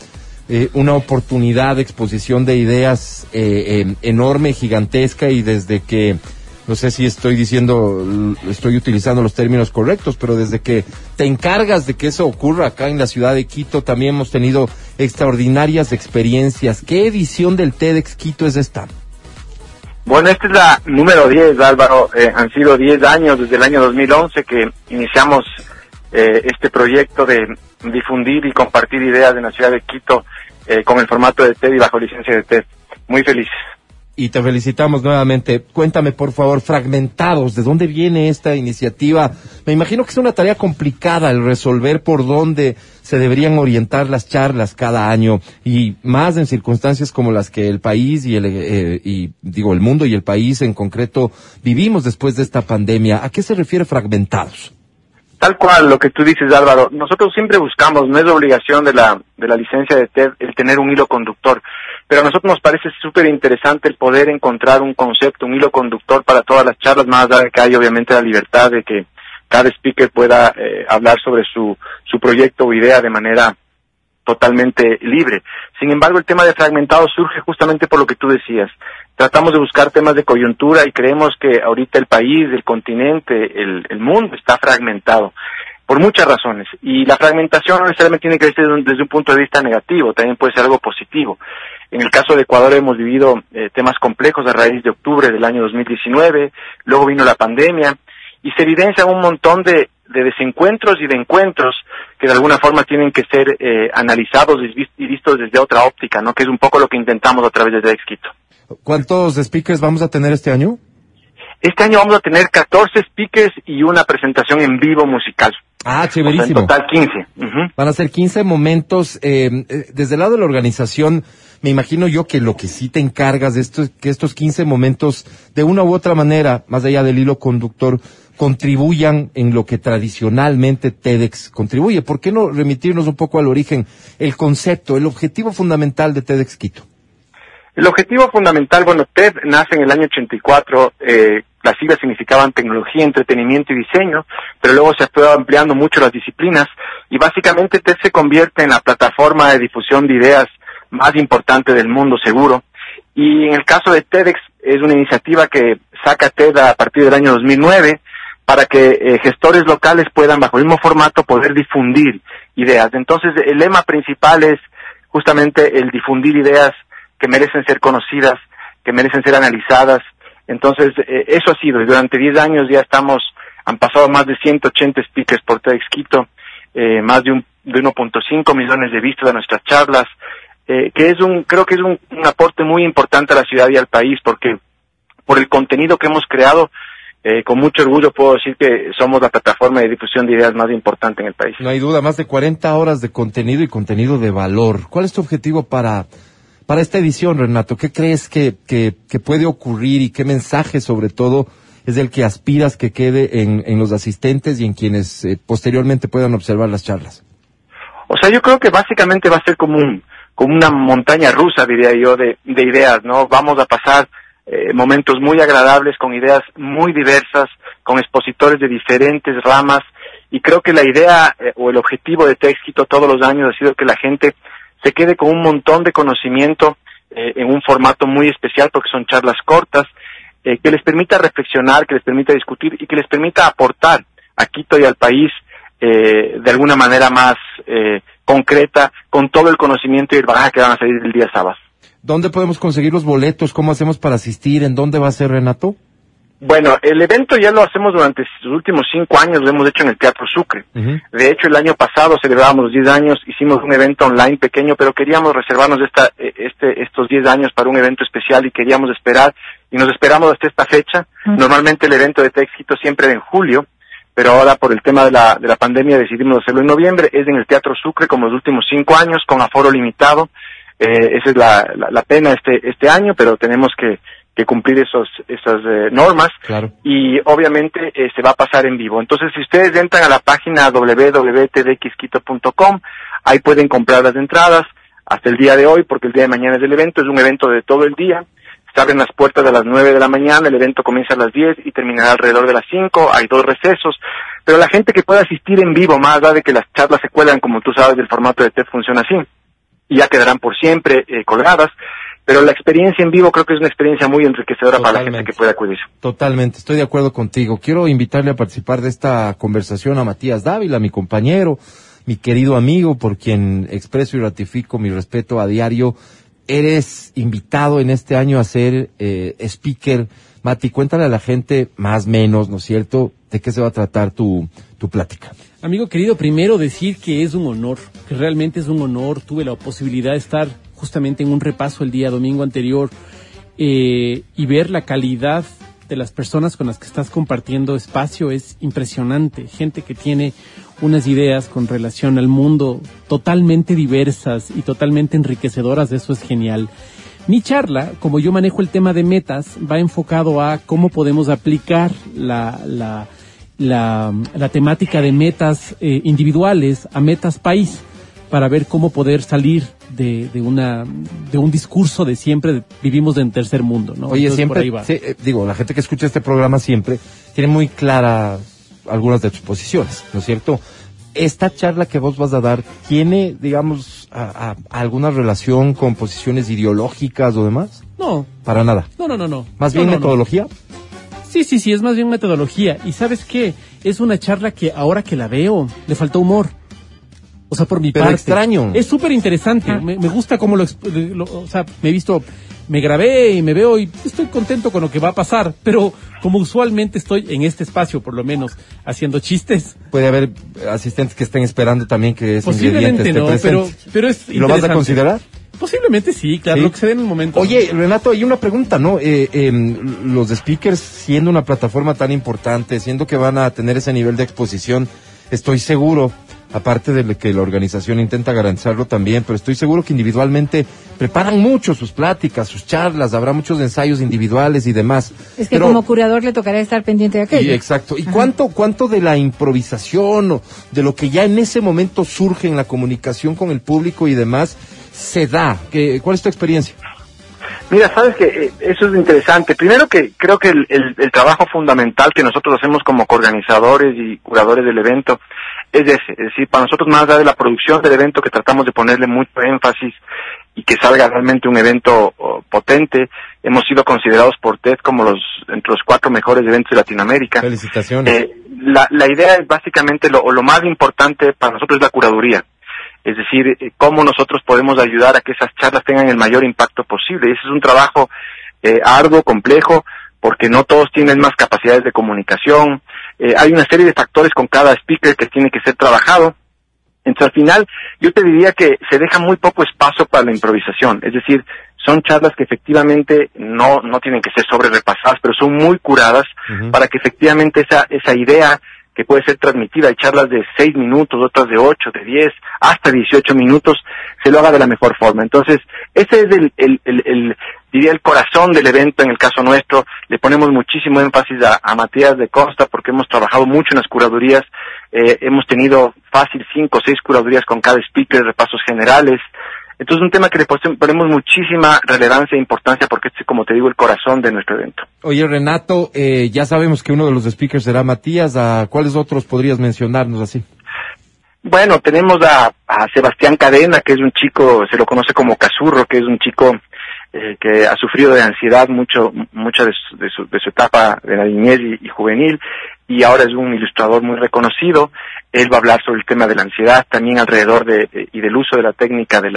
una oportunidad de exposición de ideas enorme, gigantesca, y desde que, no sé si estoy utilizando los términos correctos, pero desde que te encargas de que eso ocurra acá en la ciudad de Quito, también hemos tenido extraordinarias experiencias. ¿Qué edición del TEDx Quito es esta? Bueno, esta es la número 10, Álvaro. Han sido 10 años, desde el año 2011, que iniciamos este proyecto de difundir y compartir ideas en la ciudad de Quito con el formato de TED y bajo licencia de TED. Muy felices. Y te felicitamos nuevamente. Cuéntame, por favor, Fragmentados, ¿de dónde viene esta iniciativa? Me imagino que es una tarea complicada el resolver por dónde se deberían orientar las charlas cada año, y más en circunstancias como las que el país el mundo y el país en concreto vivimos después de esta pandemia. ¿A qué se refiere Fragmentados? Tal cual, lo que tú dices, Álvaro. Nosotros siempre buscamos, no es obligación de la licencia de TED el tener un hilo conductor, pero a nosotros nos parece súper interesante el poder encontrar un concepto, un hilo conductor para todas las charlas, más allá de que hay obviamente la libertad de que cada speaker pueda hablar sobre su proyecto o idea de manera totalmente libre. Sin embargo, el tema de Fragmentados surge justamente por lo que tú decías. Tratamos de buscar temas de coyuntura y creemos que ahorita el país, el continente, el mundo está fragmentado por muchas razones. Y la fragmentación no necesariamente tiene que ser desde un punto de vista negativo, también puede ser algo positivo. En el caso de Ecuador hemos vivido temas complejos a raíz de octubre del año 2019, luego vino la pandemia y se evidencian un montón de desencuentros y de encuentros que de alguna forma tienen que ser analizados y vistos desde otra óptica, ¿no? Que es un poco lo que intentamos a través de TEDx Quito. ¿Cuántos speakers vamos a tener este año? Este año vamos a tener 14 speakers y una presentación en vivo musical. Ah, chéverísimo. O sea, en total 15. Uh-huh. Van a ser 15 momentos. Desde el lado de la organización, me imagino yo que lo que sí te encargas de esto es que estos 15 momentos, de una u otra manera, más allá del hilo conductor, contribuyan en lo que tradicionalmente TEDx contribuye. ¿Por qué no remitirnos un poco al origen, el concepto, el objetivo fundamental de TEDx Quito? El objetivo fundamental, bueno, TED nace en el año 84, las siglas significaban tecnología, entretenimiento y diseño, pero luego se fue ampliando mucho las disciplinas y básicamente TED se convierte en la plataforma de difusión de ideas más importante del mundo, seguro. Y en el caso de TEDx es una iniciativa que saca TED a partir del año 2009 para que gestores locales puedan, bajo el mismo formato, poder difundir ideas. Entonces, el lema principal es justamente el difundir ideas que merecen ser conocidas, que merecen ser analizadas. Entonces, eso ha sido, y durante 10 años ya han pasado más de 180 speakers por TEDx Quito, más de 1.5 millones de vistas a nuestras charlas, creo que es un aporte muy importante a la ciudad y al país, porque por el contenido que hemos creado, con mucho orgullo puedo decir que somos la plataforma de difusión de ideas más importante en el país. No hay duda, más de 40 horas de contenido y contenido de valor. ¿Cuál es tu objetivo para esta edición, Renato? ¿Qué crees que puede ocurrir y qué mensaje, sobre todo, es el que aspiras que quede en los asistentes y en quienes posteriormente puedan observar las charlas? O sea, yo creo que básicamente va a ser como una montaña rusa, diría yo, de ideas, ¿no? Vamos a pasar momentos muy agradables con ideas muy diversas, con expositores de diferentes ramas, y creo que la idea o el objetivo de TEDx Quito todos los años ha sido que la gente se quede con un montón de conocimiento en un formato muy especial, porque son charlas cortas, que les permita reflexionar, que les permita discutir y que les permita aportar a Quito y al país de alguna manera más concreta, con todo el conocimiento y el bagaje que van a salir el día sábado. ¿Dónde podemos conseguir los boletos? ¿Cómo hacemos para asistir? ¿En dónde va a ser, Renato? Bueno, el evento ya lo hacemos durante los últimos 5 años, lo hemos hecho en el Teatro Sucre. Uh-huh. De hecho, el año pasado celebrábamos los 10 años, hicimos un evento online pequeño, pero queríamos reservarnos estos 10 años para un evento especial y queríamos esperar, y nos esperamos hasta esta fecha. Uh-huh. Normalmente el evento de TEDx Quito siempre era en julio, pero ahora por el tema de la pandemia decidimos hacerlo en noviembre. Es en el Teatro Sucre como los últimos 5 años, con aforo limitado. Esa es la pena este año, pero tenemos que cumplir esas normas. Claro. Y obviamente se va a pasar en vivo. Entonces, si ustedes entran a la página www.tedxquito.com, ahí pueden comprar las entradas hasta el día de hoy, porque el día de mañana es el evento. Es un evento de todo el día. Se abren las puertas a las 9 de la mañana, el evento comienza a las 10 y terminará alrededor de las 5. Hay 2 recesos. Pero la gente que pueda asistir en vivo, más allá de que las charlas se cuelgan, como tú sabes, el formato de TED funciona así. y ya quedarán por siempre colgadas. Pero la experiencia en vivo creo que es una experiencia muy enriquecedora para la gente que pueda acudir. Totalmente, estoy de acuerdo contigo. Quiero invitarle a participar de esta conversación a Matías Dávila, mi compañero, mi querido amigo, por quien expreso y ratifico mi respeto a diario. Eres invitado en este año a ser speaker. Mati, cuéntale a la gente, más o menos, ¿no es cierto?, de qué se va a tratar tu plática. Amigo querido, primero decir que es un honor, que realmente es un honor. Tuve la posibilidad de estar justamente en un repaso el día domingo anterior y ver la calidad de las personas con las que estás compartiendo espacio es impresionante. Gente que tiene unas ideas con relación al mundo totalmente diversas y totalmente enriquecedoras, eso es genial. Mi charla, como yo manejo el tema de metas, va enfocado a cómo podemos aplicar la temática de metas individuales a metas país, para ver cómo poder salir de un discurso de siempre vivimos en tercer mundo, ¿no? Oye, entonces, siempre, la gente que escucha este programa siempre tiene muy claras algunas de tus posiciones, ¿no es cierto? Esta charla que vos vas a dar, ¿tiene, digamos, alguna relación con posiciones ideológicas o demás? No. Para nada. No. ¿Más bien metodología? Sí, es más bien metodología. Y ¿sabes qué? Es una charla que ahora que la veo, le faltó humor. O sea, por mi Pero parte. extraño. Es súper interesante. Me gusta cómo o sea, me grabé y me veo y estoy contento con lo que va a pasar. Pero como usualmente estoy en este espacio, por lo menos, haciendo chistes. Puede haber asistentes que estén esperando también que ese posiblemente ingrediente esté no, presente. pero es ¿Y lo vas a considerar? Posiblemente sí, claro, ¿Sí? lo que se dé en el momento. Oye, Renato, hay una pregunta, ¿no? Los speakers, siendo una plataforma tan importante, siendo que van a tener ese nivel de exposición, estoy seguro, aparte de que la organización intenta garantizarlo también, pero estoy seguro que individualmente preparan mucho sus pláticas, sus charlas, habrá muchos ensayos individuales y demás. Es que como curador le tocará estar pendiente de aquello. Sí, exacto. ¿Y cuánto de la improvisación o de lo que ya en ese momento surge en la comunicación con el público y demás se da? ¿Cuál es tu experiencia? Mira, sabes que eso es interesante. Primero que creo que el trabajo fundamental que nosotros hacemos como coorganizadores y curadores del evento es ese. Es decir, para nosotros, más allá de la producción del evento, que tratamos de ponerle mucho énfasis y que salga realmente un evento potente, hemos sido considerados por TED como entre los 4 mejores eventos de Latinoamérica. Felicitaciones. La idea es básicamente lo más importante para nosotros es la curaduría. Es decir, cómo nosotros podemos ayudar a que esas charlas tengan el mayor impacto posible. Y ese es un trabajo arduo, complejo, porque no todos tienen más capacidades de comunicación. Hay una serie de factores con cada speaker que tiene que ser trabajado. Entonces, al final, yo te diría que se deja muy poco espacio para la improvisación. Es decir, son charlas que efectivamente no tienen que ser sobre repasadas, pero son muy curadas para que efectivamente esa idea que puede ser transmitida, hay charlas de 6 minutos, otras de 8, de 10, hasta 18 minutos, se lo haga de la mejor forma. Entonces, ese es diría el corazón del evento. En el caso nuestro, le ponemos muchísimo énfasis a Matías de Costa, porque hemos trabajado mucho en las curadurías, hemos tenido fácil 5 o 6 curadurías con cada speaker, repasos generales. Entonces, un tema que le ponemos muchísima relevancia e importancia, porque este es, como te digo, el corazón de nuestro evento. Oye, Renato, ya sabemos que uno de los speakers será Matías. ¿A cuáles otros podrías mencionarnos así? Bueno, tenemos a Sebastián Cadena, que es un chico, se lo conoce como Cazurro, que es un chico que ha sufrido de ansiedad mucha de su etapa de la niñez y juvenil, y ahora es un ilustrador muy reconocido. Él va a hablar sobre el tema de la ansiedad, también alrededor y del uso de la técnica del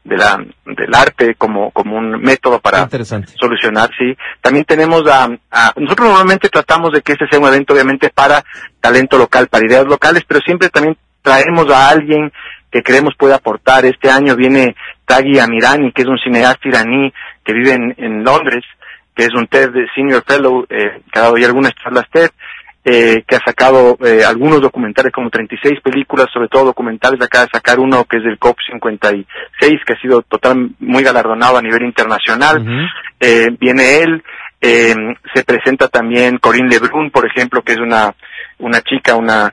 arte como un método para solucionar, sí. También tenemos nosotros normalmente tratamos de que este sea un evento obviamente para talento local, para ideas locales, pero siempre también traemos a alguien que creemos puede aportar. Este año viene Taghi Amirani, que es un cineasta iraní que vive en Londres, que es un TED Senior Fellow, que ha dado ya algunas charlas TED, que ha sacado algunos documentales, como 36 películas, sobre todo documentales. Acaba de sacar uno que es del COP56, que ha sido muy galardonado a nivel internacional. Viene él, se presenta también Corinne Lebrun, por ejemplo, que es una chica,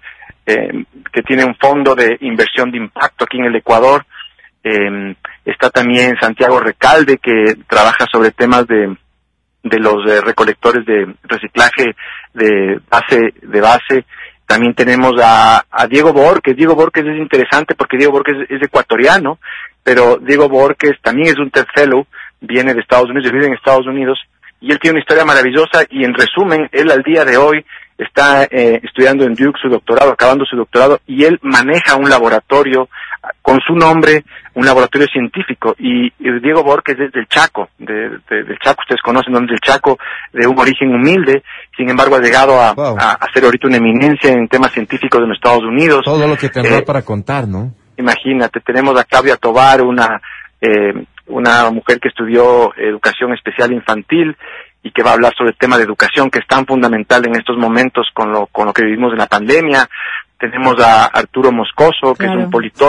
que tiene un fondo de inversión de impacto aquí en el Ecuador. Está también Santiago Recalde, que trabaja sobre temas de los recolectores de reciclaje de base. También tenemos a Diego Borges. Diego Borges es interesante porque Diego Borges es ecuatoriano, pero Diego Borges también es un TED Fellow, viene de Estados Unidos, vive en Estados Unidos, y él tiene una historia maravillosa, y en resumen, él al día de hoy está estudiando en Duke su doctorado, acabando su doctorado, y él maneja un laboratorio con su nombre, un laboratorio científico, y Diego Borges es del Chaco, del Chaco, ustedes conocen dónde es el Chaco, de un origen humilde, sin embargo ha llegado a ser ahorita una eminencia en temas científicos de los Estados Unidos. Todo lo que tendrá para contar, ¿no? Imagínate, tenemos a Claudia Tovar, una mujer que estudió educación especial infantil y que va a hablar sobre el tema de educación, que es tan fundamental en estos momentos con lo que vivimos en la pandemia. Tenemos a Arturo Moscoso, que claro, es un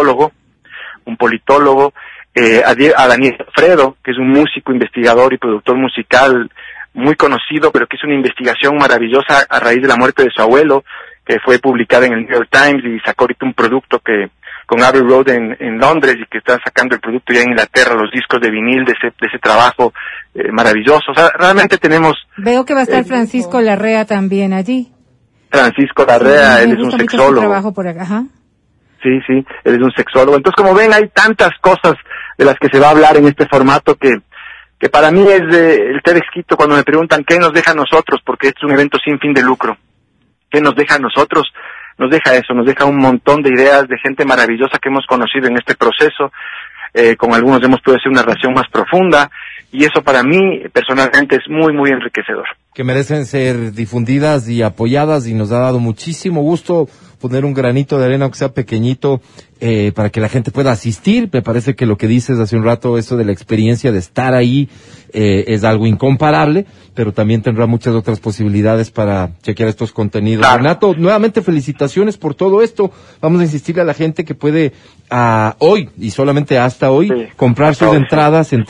politólogo, a Daniel Alfredo, que es un músico, investigador y productor musical muy conocido, pero que hizo una investigación maravillosa a raíz de la muerte de su abuelo, que fue publicada en el New York Times, y sacó ahorita un producto con Abbey Road en Londres, y que está sacando el producto ya en Inglaterra, los discos de vinil de ese trabajo maravilloso. O sea, realmente tenemos... Veo que va a estar Francisco Larrea también allí. Francisco Larrea, él es un sexólogo. Trabajo por acá. Ajá. Sí, él es un sexólogo. Entonces, como ven, hay tantas cosas de las que se va a hablar en este formato que para mí es el TEDx Quito. Cuando me preguntan qué nos deja a nosotros, porque este es un evento sin fin de lucro, ¿qué nos deja a nosotros? Nos deja eso, nos deja un montón de ideas de gente maravillosa que hemos conocido en este proceso. Con algunos hemos podido hacer una relación más profunda, y eso para mí personalmente es muy, muy enriquecedor. Que merecen ser difundidas y apoyadas, y nos ha dado muchísimo gusto poner un granito de arena, aunque sea pequeñito, para que la gente pueda asistir. Me parece que lo que dices hace un rato, eso de la experiencia de estar ahí, es algo incomparable, pero también tendrá muchas otras posibilidades para chequear estos contenidos. Claro. Renato, nuevamente felicitaciones por todo esto. Vamos a insistirle a la gente que puede hoy, y solamente hasta hoy, sí, comprar sus entradas en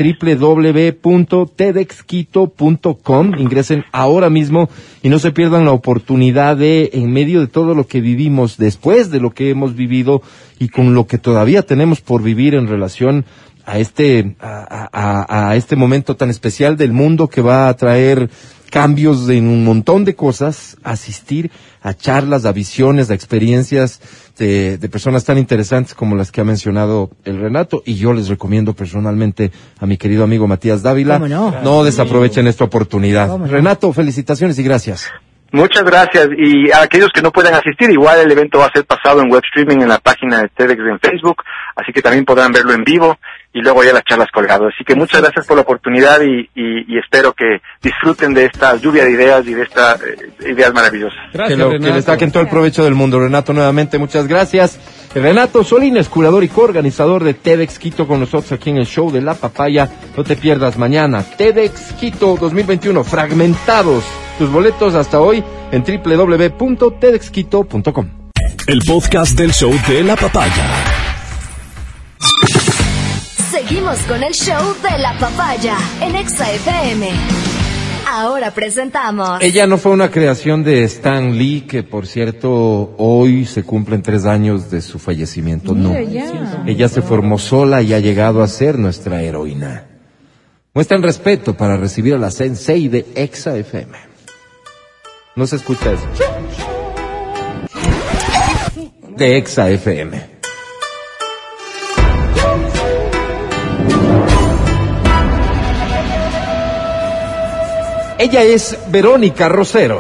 www.tedxquito.com. Ingresen ahora mismo y no se pierdan la oportunidad de, en medio de todo lo que vivimos, después de lo que hemos vivido y con lo que todavía tenemos por vivir en relación a este momento tan especial del mundo, que va a traer cambios en un montón de cosas, asistir a charlas, a visiones, a experiencias de personas tan interesantes como las que ha mencionado el Renato. Y yo les recomiendo personalmente a mi querido amigo Matías Dávila. ¿Cómo no? No desaprovechen esta oportunidad. ¿Cómo no? Renato, felicitaciones y gracias. Muchas gracias, y a aquellos que no puedan asistir, igual el evento va a ser pasado en web streaming en la página de TEDx en Facebook, así que también podrán verlo en vivo, y luego ya las charlas colgadas. Así que muchas gracias por la oportunidad, y espero que disfruten de esta lluvia de ideas y de estas ideas maravillosas. Gracias, que les saquen todo el provecho del mundo. Renato, nuevamente, muchas gracias. Renato Solines, curador y coorganizador de TEDx Quito, con nosotros aquí en el show de La Papaya. No te pierdas mañana, TEDx Quito 2021, fragmentados. Tus boletos hasta hoy en www.tedxquito.com. El podcast del show de La Papaya. Seguimos con el show de La Papaya en Exa FM. Ahora presentamos... Ella no fue una creación de Stan Lee, que por cierto hoy se cumplen 3 años de su fallecimiento. No, ella se formó sola y ha llegado a ser nuestra heroína. Muestran respeto para recibir a la sensei de Exa FM. No se escucha eso. De Exa FM. Ella es Verónica Rosero.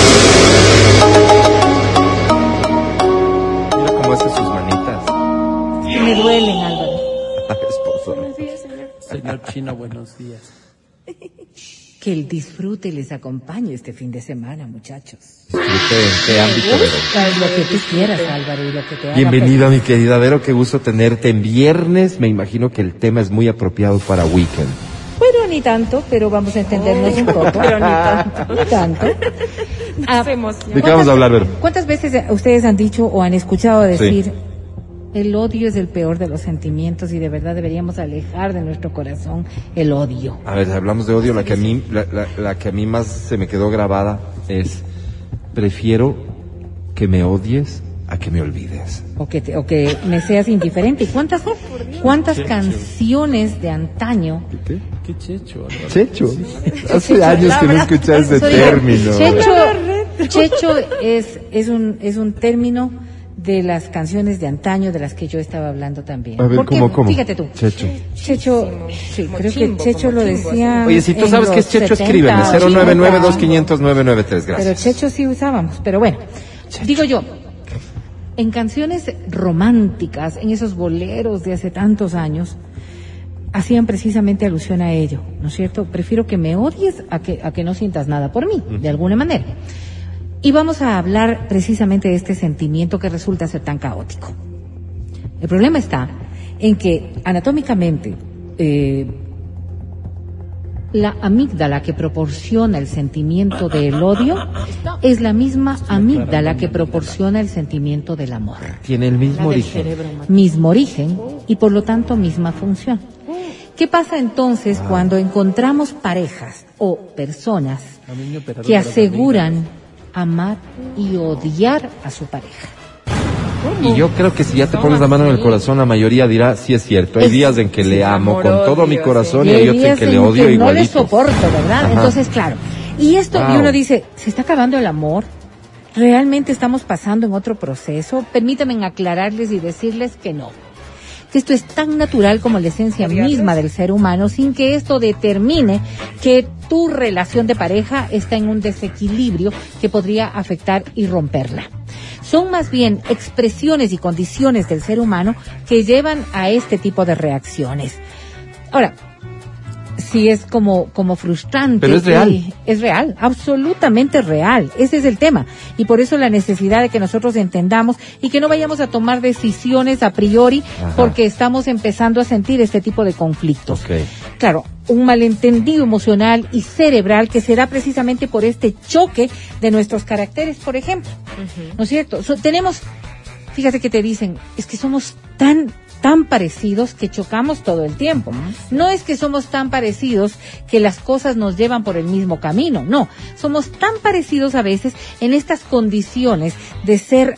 Mira cómo hace sus manitas. Me duelen, Álvaro. Esposo. Buenos días, señor. Señor Chino, buenos días. Que el disfrute les acompañe este fin de semana, muchachos. Disfrute en qué ámbito, Vero. Lo que tú quieras, Álvaro, y lo que te haga Bienvenida, feliz. mi querida Vero, qué gusto tenerte en viernes. Me imagino que el tema es muy apropiado para Weekend. Bueno, ni tanto, pero vamos a entendernos un poco. Pero ni tanto. Ni tanto. Ah, Se emociona. ¿De qué vamos a hablar, Vero? ¿Cuántas veces ustedes han dicho o han escuchado decir, el odio es el peor de los sentimientos y de verdad deberíamos alejar de nuestro corazón el odio? A ver, hablamos de odio. La que a mí más se me quedó grabada es: prefiero que me odies a que me olvides. O que me seas indiferente. ¿Y cuántas canciones de antaño? Qué checho, Álvaro. Checho. Hace años que no escuchaba ese término. Checho es un término de las canciones de antaño de las que yo estaba hablando también. A ver, Porque, ¿cómo? fíjate tú. Checho, sí, creo que Checho lo decía. Oye, si tú sabes que es Checho, escríbeme. 099-200-993, gracias. Pero Checho sí usábamos, pero bueno. Checho. Digo yo, en canciones románticas, en esos boleros de hace tantos años, hacían precisamente alusión a ello, ¿no es cierto? Prefiero que me odies a que no sientas nada por mí, de alguna manera. Y vamos a hablar precisamente de este sentimiento que resulta ser tan caótico. El problema está en que anatómicamente la amígdala que proporciona el sentimiento del odio es la misma amígdala que proporciona el sentimiento del amor. Tiene el mismo origen. Mismo origen y por lo tanto misma función. ¿Qué pasa entonces cuando encontramos parejas o personas que aseguran amar y odiar a su pareja? Y yo creo que si ya te pones la mano en el corazón, la mayoría dirá, sí es cierto, hay días en que le amo con todo mi corazón y hay otros en que le odio igualito. No le soporto, ¿verdad? Ajá. Entonces, claro. Y esto, y uno dice, ¿se está acabando el amor? ¿Realmente estamos pasando en otro proceso? Permítanme aclararles y decirles que no. Que esto es tan natural como la esencia misma del ser humano, sin que esto determine que tu relación de pareja está en un desequilibrio que podría afectar y romperla. Son más bien expresiones y condiciones del ser humano que llevan a este tipo de reacciones. Ahora, sí es como frustrante. Pero es real. Es real, absolutamente real. Ese es el tema. Y por eso la necesidad de que nosotros entendamos y que no vayamos a tomar decisiones a priori. Ajá. Porque estamos empezando a sentir este tipo de conflictos. Okay. Claro, un malentendido emocional y cerebral que se da precisamente por este choque de nuestros caracteres, por ejemplo. Uh-huh. ¿No es cierto? Tenemos, fíjate que te dicen, es que somos tan parecidos que chocamos todo el tiempo. No es que somos tan parecidos que las cosas nos llevan por el mismo camino, no. Somos tan parecidos a veces en estas condiciones de ser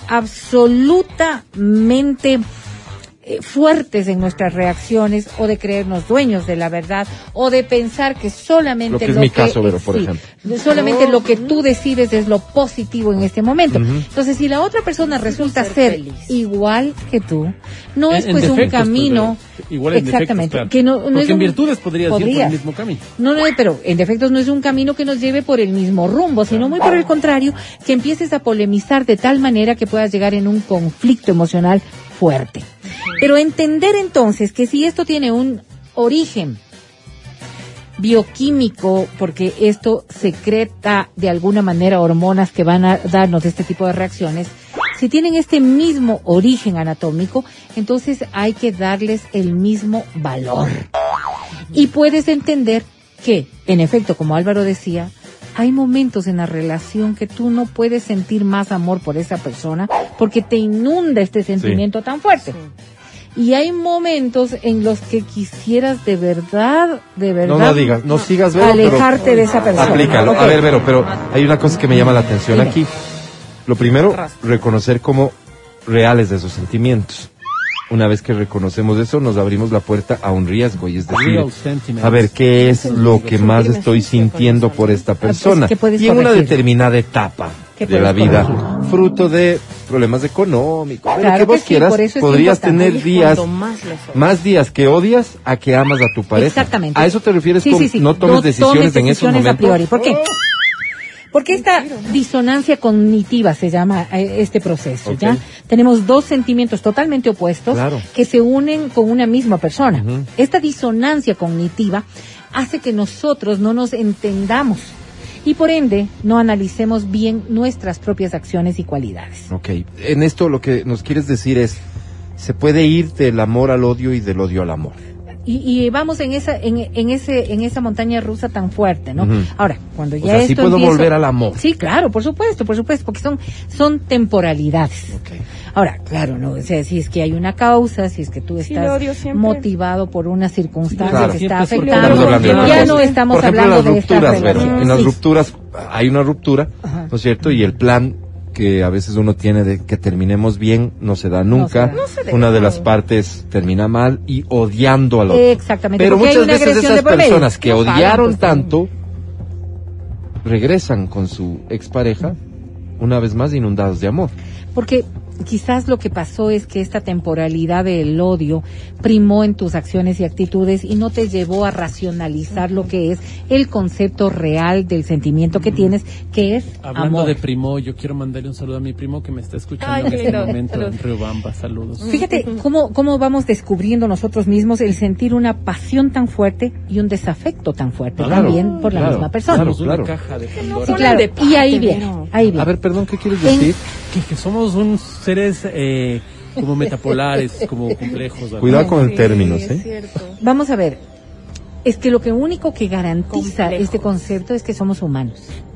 absolutamente fuertes en nuestras reacciones o de creernos dueños de la verdad o de pensar que solamente lo que es mi caso, Vero, por ejemplo. Solamente lo que tú decides es lo positivo en este momento. Uh-huh. Entonces, si la otra persona resulta ser igual que tú, no es pues un camino igual en exactamente defectos, claro. Que no porque es en virtudes podrías ir por el mismo camino. No, pero en defectos no es un camino que nos lleve por el mismo rumbo, sino muy por el contrario, que empieces a polemizar de tal manera que puedas llegar en un conflicto emocional fuerte. Pero entender entonces que si esto tiene un origen bioquímico, porque esto secreta de alguna manera hormonas que van a darnos este tipo de reacciones, si tienen este mismo origen anatómico, entonces hay que darles el mismo valor. Y puedes entender que, en efecto, como Álvaro decía, hay momentos en la relación que tú no puedes sentir más amor por esa persona porque te inunda este sentimiento tan fuerte. Y hay momentos en los que quisieras de verdad no sigas, Vero, alejarte de esa persona. Aplícalo. Okay. A ver, Vero, pero hay una cosa que me llama la atención aquí. Lo primero, reconocer como reales de esos sentimientos. Una vez que reconocemos eso, nos abrimos la puerta a un riesgo, y es decir, a ver, ¿qué es lo que más estoy sintiendo por esta persona? Y en una determinada etapa de la vida, fruto de problemas económicos, de lo que vos quieras, podrías tener más días que odias a que amas a tu pareja. Exactamente. ¿A eso te refieres con no tomes decisiones en esos momentos? A priori. ¿Por qué? Porque esta disonancia cognitiva se llama este proceso, ¿ya? Tenemos dos sentimientos totalmente opuestos que se unen con una misma persona. Uh-huh. Esta disonancia cognitiva hace que nosotros no nos entendamos y por ende no analicemos bien nuestras propias acciones y cualidades. Okay. En esto lo que nos quieres decir es, se puede ir del amor al odio y del odio al amor. Y vamos en esa montaña rusa tan fuerte, ¿no? Uh-huh. Ahora, cuando ya esto sí puedo volver al amor. Sí, claro, por supuesto, porque son temporalidades. Okay. Ahora, claro, no, o sea, si es que hay una causa, si es que tú estás motivado por una circunstancia que está afectando, ya no estamos hablando de estas relaciones. En las rupturas hay una ruptura, ¿no es cierto? Y el plan que a veces uno tiene de que terminemos bien no se da nunca. Una de las partes termina mal y odiando al otro. Exactamente. Pero muchas veces esas personas que odiaron tanto regresan con su expareja una vez más inundados de amor. Porque quizás lo que pasó es que esta temporalidad del odio primó en tus acciones y actitudes y no te llevó a racionalizar lo que es el concepto real del sentimiento que tienes, que es Hablando amor. de primo, yo quiero mandarle un saludo a mi primo que me está escuchando Ay, en qué este lindo. momento Salud. en Riobamba. Saludos. Fíjate cómo vamos descubriendo nosotros mismos el sentir una pasión tan fuerte y un desafecto tan fuerte Claro, también por la claro, misma persona. claro. Somos una caja de Pandora. Sí, claro. de Y ahí parte, viene, pero- ahí viene. A ver, perdón, ¿qué quieres En- decir? Que somos unos seres como metapolares, como complejos. ¿verdad? Cuidado con el Sí, términos, es ¿eh? cierto. Vamos a ver. Es que lo único que garantiza Complejo. este concepto es que somos humanos.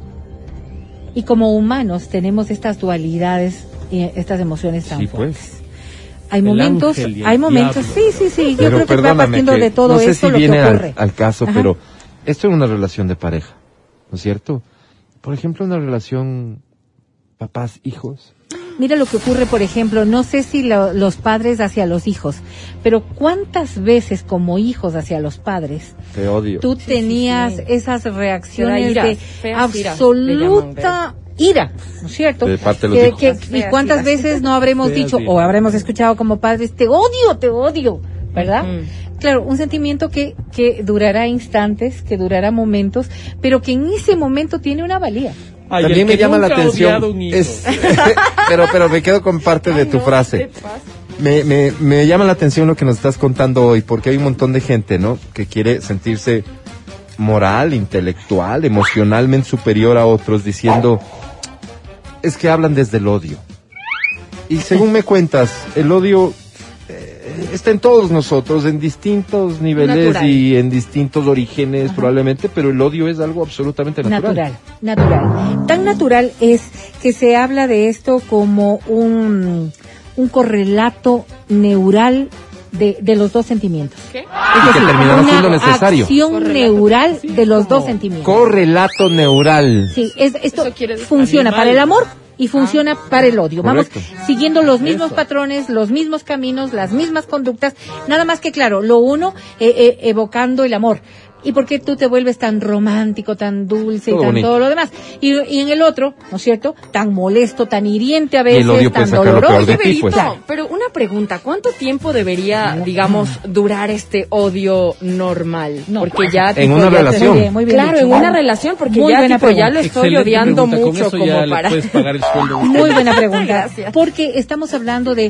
Y como humanos tenemos estas dualidades y estas emociones tan Sí, fuertes. pues. Hay El momentos, ángel y el hay momentos, diablo. sí, yo Pero creo que va perdóname, partiendo que de todo no sé esto si lo que viene ocurre. al caso, Ajá. pero esto es una relación de pareja, ¿no es cierto? Por ejemplo, una relación papás-hijos. Mira lo que ocurre, por ejemplo, no sé si los padres hacia los hijos, pero cuántas veces como hijos hacia los padres Te odio. tú tenías sí. esas reacciones Iras, de feas iras, absoluta ira, ¿no es cierto? De parte de los hijos. Las ¿Y feas cuántas iras. veces no habremos Feas dicho iras. o habremos escuchado como padres, te odio, ¿verdad? Claro, un sentimiento que durará instantes, que durará momentos, pero que en ese momento tiene una valía. Ay, También el me que llama la nunca ha atención. odiado un hijo. Pero me quedo con parte de tu frase. Me llama la atención lo que nos estás contando hoy, porque hay un montón de gente, ¿no? Que quiere sentirse moral, intelectual, emocionalmente superior a otros, diciendo, es que hablan desde el odio. Y según me cuentas, el odio está en todos nosotros, en distintos niveles Natural. y en distintos orígenes probablemente, pero el odio es algo absolutamente natural. Natural. Tan natural es que se habla de esto como un correlato neural de los dos sentimientos. ¿Qué? Y que terminará siendo necesario. Acción Correlato. neural Sí, de los como dos sentimientos. Correlato neural. Sí, esto Eso quiere decir funciona animal. para el amor y funciona para el odio. Vamos Correcto. siguiendo los mismos Eso. patrones, los mismos caminos, las mismas conductas, nada más que claro, lo uno evocando el amor. ¿Y por qué tú te vuelves tan romántico, tan dulce Todo y tan bonito. todo lo demás? Y en el otro, ¿no es cierto? Tan molesto, tan hiriente a veces, el odio tan puede sacar lo doloroso. peor de ti, Berito, pues. Claro. pero una pregunta, ¿cuánto tiempo debería, digamos, durar este odio normal? No. Porque ya En tipo, una ya te- relación. Muy bien Claro, dicho. en una relación, porque Muy ya buena tipo, ya pregunta. lo estoy Excelente odiando pregunta. Con mucho eso como ya le para... puedes pagar el sueldo. Muy buena pregunta. Gracias. Porque estamos hablando de,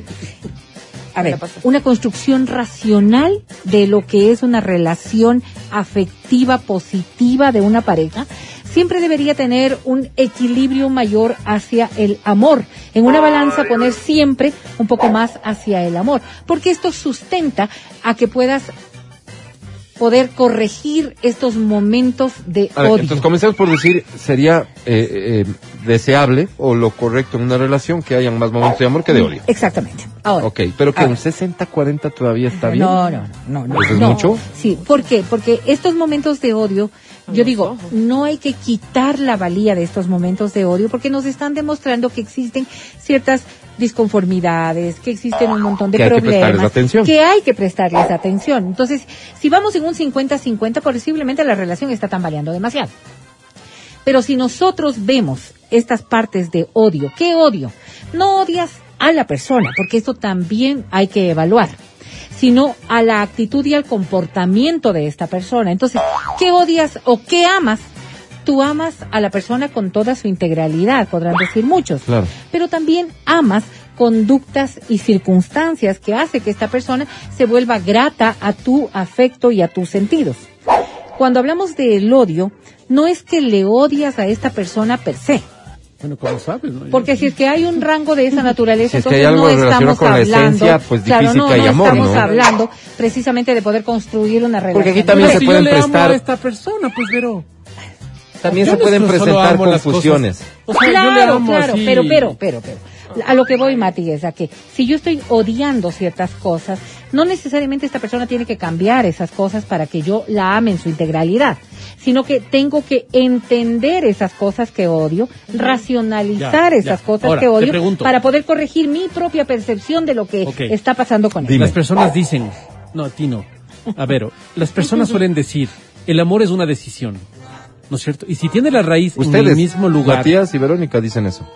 a ver, la pasó. una construcción racional de lo que es una relación afectiva positiva de una pareja. Siempre debería tener un equilibrio mayor hacia el amor. En una balanza poner siempre un poco más hacia el amor. Porque esto sustenta a que puedas poder corregir estos momentos de A ver, odio. entonces comencemos por decir, sería deseable o lo correcto en una relación que hayan más momentos de amor que de odio. Exactamente. Ahora. Ok, pero que a un ver. 60-40 todavía está bien. No. ¿Eso es no. mucho? Sí, ¿por qué? Porque estos momentos de odio, yo digo, no hay que quitar la valía de estos momentos de odio porque nos están demostrando que existen ciertas disconformidades, que existen un montón de Que hay que prestarles problemas, atención. que hay que prestarles atención. Entonces, si vamos en un 50-50, posiblemente la relación está tambaleando demasiado. Pero si nosotros vemos estas partes de odio, ¿qué odio? No odias a la persona, porque esto también hay que evaluar, sino a la actitud y al comportamiento de esta persona. Entonces, ¿qué odias o qué amas? Tú amas a la persona con toda su integralidad, podrán decir muchos, Claro. pero también amas conductas y circunstancias que hace que esta persona se vuelva grata a tu afecto y a tus sentidos. Cuando hablamos del odio, no es que le odias a esta persona per se, Bueno, como sabes, ¿no? porque si es que hay un rango de esa naturaleza, Si es que hay entonces algo no relacionado estamos con la hablando, esencia, pues claro, difícil no, que haya no amor, estamos ¿no? hablando precisamente de poder construir una relación. Porque aquí también Pero se si pueden yo le amo prestar- a esta persona, pues, Vero. También Yo se no pueden solo presentar amo las confusiones. cosas. O sea, yo le Claro, amo claro, así. pero. A lo que voy, Mati, es a que si yo estoy odiando ciertas cosas, no necesariamente esta persona tiene que cambiar esas cosas para que yo la ame en su integralidad, sino que tengo que entender esas cosas que odio, racionalizar Ya, esas ya. cosas Ahora, que te odio, pregunto. para poder corregir mi propia percepción de lo que Ok. está pasando con él. Dime. Las personas dicen, no, a ti no. A ver, las personas suelen decir, el amor es una decisión, ¿no es cierto? Y si tiene la raíz en Ustedes, el mismo lugar, Matías y Verónica, dicen eso. sí,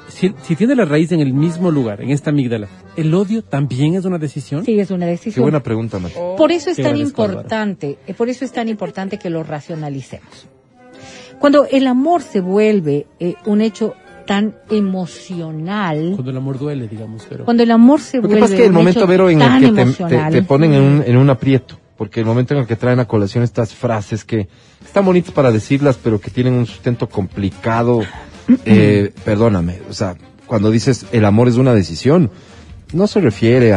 si tiene la raíz en el mismo lugar, en esta amígdala, ¿el odio también es una decisión? Sí, es una decisión. Qué buena pregunta, Mati. Por eso es Qué tan gran importante, que lo racionalicemos. Cuando el amor se vuelve un hecho tan emocional, Cuando el amor duele, digamos, pero... cuando el amor se Lo que vuelve pasa es que el un momento, hecho Vero, en tan el que emocional, te ponen en un aprieto, porque el momento en el que traen a colación estas frases que están bonitas para decirlas, pero que tienen un sustento complicado, perdóname, o sea, cuando dices el amor es una decisión, no se refiere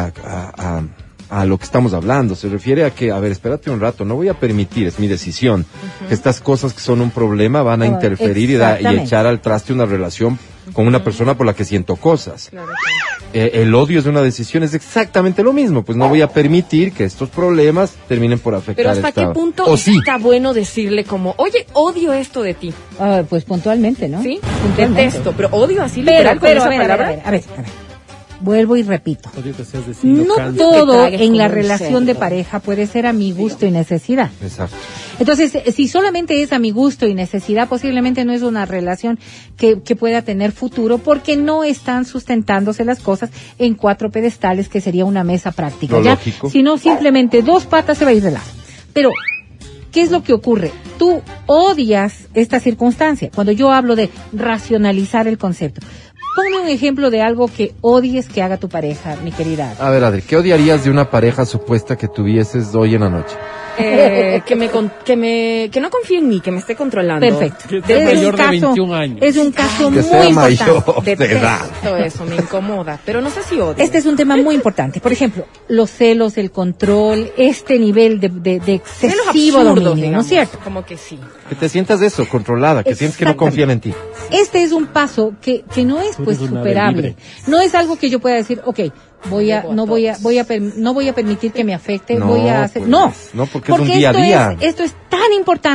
a lo que estamos hablando, se refiere a que, a ver, espérate un rato, no voy a permitir, es mi decisión, que estas cosas que son un problema van a interferir y echar al traste una relación con una persona por la que siento cosas. Claro. El odio es una decisión, es exactamente lo mismo, pues no voy a permitir que estos problemas terminen por afectar. Pero ¿hasta qué punto está bueno decirle como, oye, odio esto de ti? Pues puntualmente, ¿no? Sí, Puntualmente. detesto, pero odio así literal con esa palabra. A ver. Vuelvo y repito. Odio que seas vecino, No cáncer. todo Que tragues en como la un relación de cerdo. pareja puede ser a mi gusto y necesidad. Exacto. Entonces, si solamente es a mi gusto y necesidad, posiblemente no es una relación que pueda tener futuro porque no están sustentándose las cosas en 4 pedestales, que sería una mesa práctica. Lo ¿ya? lógico. Sino simplemente 2 patas se va a ir de lado. Pero, ¿qué es lo que ocurre? Tú odias esta circunstancia. Cuando yo hablo de racionalizar el concepto, ponme un ejemplo de algo que odies que haga tu pareja, mi querida. A ver, Adri, ¿qué odiarías de una pareja supuesta que tuvieses hoy en la noche? Que no confíe en mí, que me esté controlando. Perfecto. Que sea mayor de 21 años. Es un caso Que muy sea mayor importante. de edad. Detesto eso, me incomoda. Pero no sé si odio. Este es un tema muy importante. Por ejemplo, los celos, el control, este nivel de Celos excesivo absurdos, dominio, ¿no digamos, es cierto? Como que sí. Que te sientas eso, controlada, que sientes que no confían en ti. Este es un paso que no es Tú pues eres un ave superable. libre. No es algo que yo pueda decir, okay, no voy a permitir que me afecte, No, voy a hacer, pues, no, porque es un día a día. Esto es tan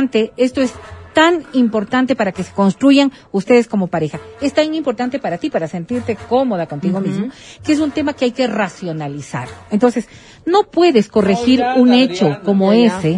importante para que se construyan ustedes como pareja. Es tan importante para ti, para sentirte cómoda contigo mismo, que es un tema que hay que racionalizar. Entonces, no puedes corregir un hecho como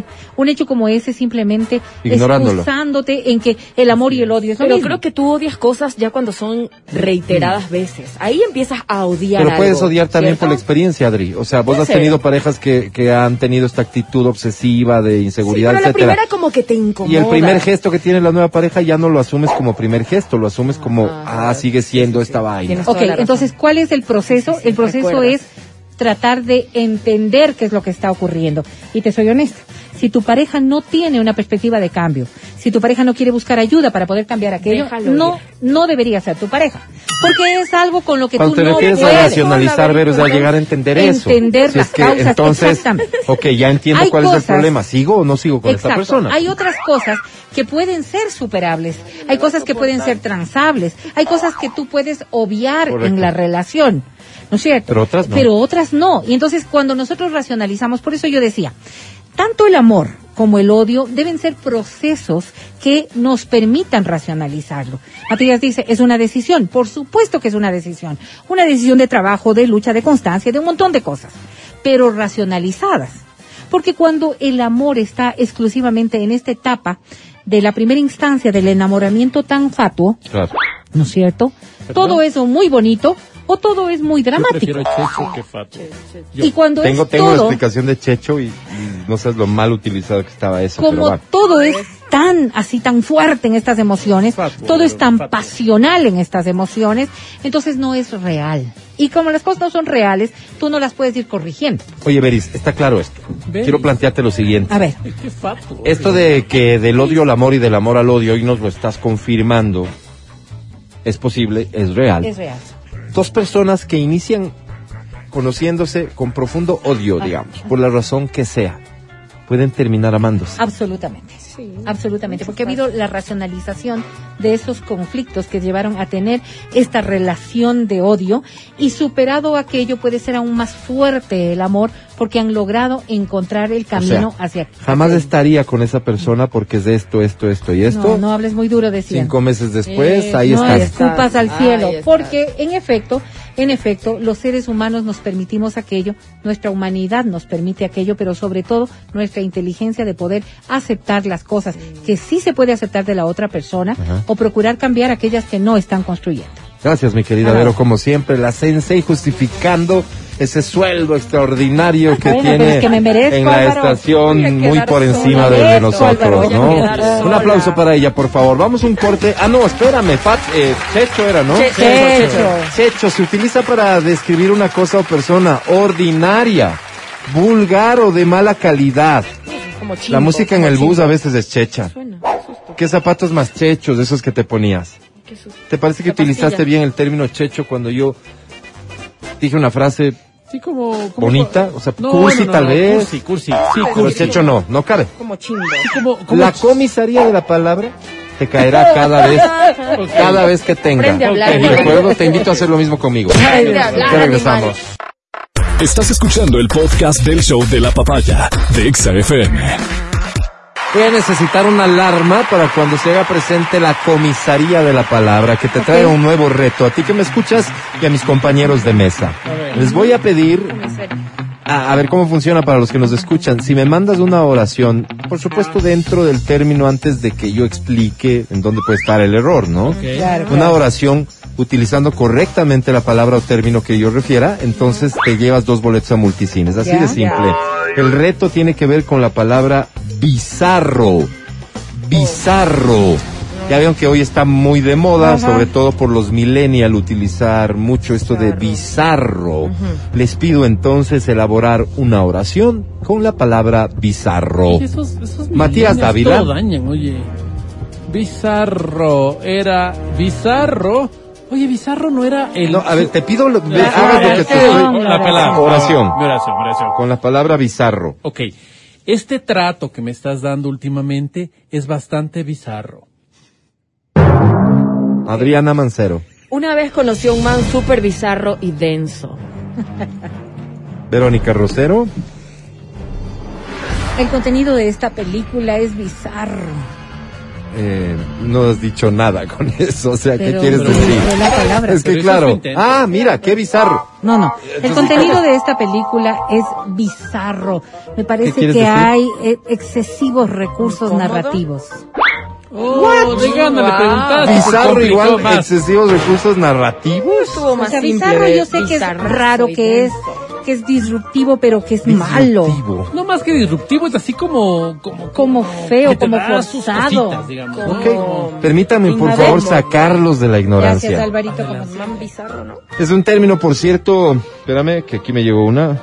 ese simplemente Ignorándolo. excusándote en que el amor y el odio es lo Pero mismo. creo que tú odias cosas ya cuando son reiteradas veces. Ahí empiezas a odiar Pero algo, puedes odiar también ¿cierto? por la experiencia, Adri. O sea, vos Puede has ser. tenido parejas que han tenido esta actitud obsesiva de Sí, inseguridad, pero la etcétera. primera como que te incomoda. Y el primer gesto que tiene la nueva pareja ya no lo asumes como primer gesto, lo asumes como, sigue siendo esta vaina. Tienes Ok, toda la razón. entonces, ¿cuál es el proceso? El proceso recuerdas. es tratar de entender qué es lo que está ocurriendo. Y te soy honesta, si tu pareja no tiene una perspectiva de cambio, si tu pareja no quiere buscar ayuda para poder cambiar aquello, Déjalo no debería ser tu pareja. Porque es algo con lo que Cuando tú te no refieres puedes a racionalizar, Ver, es a llegar a entender eso. entender Si es las que causas, entonces, exactamente. ok, ya entiendo Hay cuál es el cosas- problema. ¿Sigo o no sigo con esta Exacto. persona? Hay otras cosas que pueden ser superables, hay cosas que pueden ser transables, hay cosas que tú puedes obviar Correcto. en la relación, ¿no es cierto? Pero otras no. Pero otras no. Y entonces cuando nosotros racionalizamos, por eso yo decía, tanto el amor como el odio deben ser procesos que nos permitan racionalizarlo. Matías dice, es una decisión. Por supuesto que es una decisión de trabajo, de lucha, de constancia, de un montón de cosas, pero racionalizadas. Porque cuando el amor está exclusivamente en esta etapa de la primera instancia del enamoramiento tan fatuo, Claro. ¿no es cierto? Todo eso muy bonito o todo es muy Yo dramático. prefiero Checho que Fato. Yo. Y cuando Tengo es la todo, explicación de Checho y no sabes lo mal utilizado que estaba eso. pero como bueno. todo es tan fuerte en estas emociones, Fatuo, todo es tan fatuo. pasional en estas emociones, entonces no es real. Y como las cosas no son reales, tú no las puedes ir corrigiendo. Oye, Beris, está claro esto. Beris. Quiero plantearte lo siguiente. A ver, Qué Fato. Esto de que del odio al amor y del amor al odio, hoy nos lo estás confirmando, es posible, es real. es real. Dos personas que inician conociéndose con profundo odio, digamos, por la razón que sea, pueden terminar amándose. Absolutamente. Absolutamente, porque ha habido la racionalización de esos conflictos que llevaron a tener esta relación de odio y superado aquello puede ser aún más fuerte el amor porque han logrado encontrar el camino O sea, hacia jamás hacia- estaría con esa persona porque es de esto y esto. No hables muy duro de 5 meses después, ahí no estás. escupas al Ahí cielo, estás. porque en efecto, los seres humanos nos permitimos aquello, nuestra humanidad nos permite aquello, pero sobre todo nuestra inteligencia de poder aceptar las cosas que sí se puede aceptar de la otra persona Ajá. o procurar cambiar aquellas que no están construyendo. Gracias, mi querida Vero, como siempre, la Sensei justificando ese sueldo extraordinario que tiene que me merezco, en la Álvaro. estación, muy por encima de nosotros, ¿no? Un aplauso para ella, por favor. Vamos a un corte. Ah, no, espérame, Checho era, ¿no? Checho se utiliza para describir una cosa o persona ordinaria, vulgar o de mala calidad. Como chimbo, La música en como el bus chimbo. a veces es checha. Suena, susto. ¿Qué zapatos más chechos de esos que te ponías? Qué susto. ¿Te parece que La utilizaste pastilla. bien el término checho cuando yo dije una frase Sí, como bonita? O sea, cursi tal vez. Cursi. Sí, Pero cursi. checho no cabe. Como chimbo. Sí, como La comisaría de la palabra te caerá cada vez que tenga. Aprende a hablar. Te recuerdo, te invito a hacer lo mismo conmigo. Aprende a hablar, Ya regresamos. Estás escuchando el podcast del show de la papaya de Exa FM. Voy a necesitar una alarma para cuando se haga presente la comisaría de la palabra, que te traiga un nuevo reto. A ti que me escuchas y a mis compañeros de mesa. Les voy a pedir, a ver cómo funciona para los que nos escuchan. Si me mandas una oración, por supuesto dentro del término antes de que yo explique en dónde puede estar el error, ¿no? Claro, Una oración utilizando correctamente la palabra o término que yo refiera, entonces te llevas 2 boletos a Multicines. Así Ya. de simple. El reto tiene que ver con la palabra bizarro. Bizarro. Ya vieron que hoy está muy de moda, sobre todo por los millennials, utilizar mucho esto de bizarro. Les pido entonces elaborar una oración con la palabra bizarro. Oye, esos Matías millennials Dávila. todo dañan, oye. Bizarro, era bizarro. Oye, bizarro no era el... No, a ver, te pido, hagas lo que te La palabra. Oración. Mi oración. Con la palabra bizarro. Ok, este trato que me estás dando últimamente es bastante bizarro. Adriana Mancero. Una vez conocí a un man súper bizarro y denso. Verónica Rosero. El contenido de esta película es bizarro. No has dicho nada con eso, o sea, ¿qué Pero- quieres pero- decir? pero la palabra. Es que Pero eso es claro. su intento. Ah, mira, qué bizarro. No. El contenido de esta película es bizarro. Me ¿Qué parece quieres que decir? hay excesivos recursos ¿Incómodo? narrativos. Oh, de gana le preguntaste. Bizarro complicó igual más. excesivos recursos narrativos. Estuvo O más sea, simple. bizarro de yo sé que es bizarrazo raro, y que denso. es disruptivo, pero que es malo. Disruptivo. No más que disruptivo, es así como feo, que te como da sus forzado. cositas, digamos, ¿no? Ok, permítanme por A favor ver. sacarlos de la Gracias, ignorancia. Alvarito, como siempre. Man bizarro, ¿no? Es un término, por cierto, espérame, que aquí me llegó una.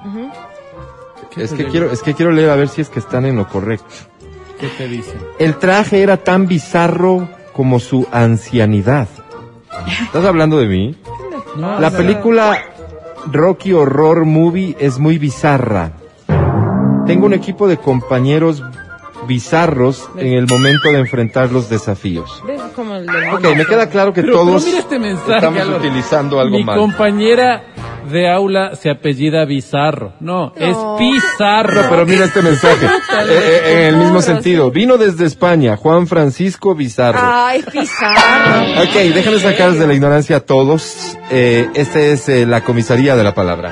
Es que quiero leer a ver si es que están en lo correcto. ¿Qué te dicen? El traje era tan bizarro como su ancianidad. ¿Estás hablando de mí? No, La película Rocky Horror Movie es muy bizarra. Tengo un equipo de compañeros bizarros en el momento de enfrentar los desafíos. ¿Ves? Como el de Ok, me queda claro que Pero todos mira este mensaje, estamos Álvaro. utilizando algo Mi mal. compañera de aula se apellida Bizarro. No, es Pizarro. No, pero mira este mensaje. En el mismo sentido. Vino desde España, Juan Francisco Bizarro. Ay, bizarro. Ok, déjenme sacar de la ignorancia a todos. Este es la comisaría de la palabra.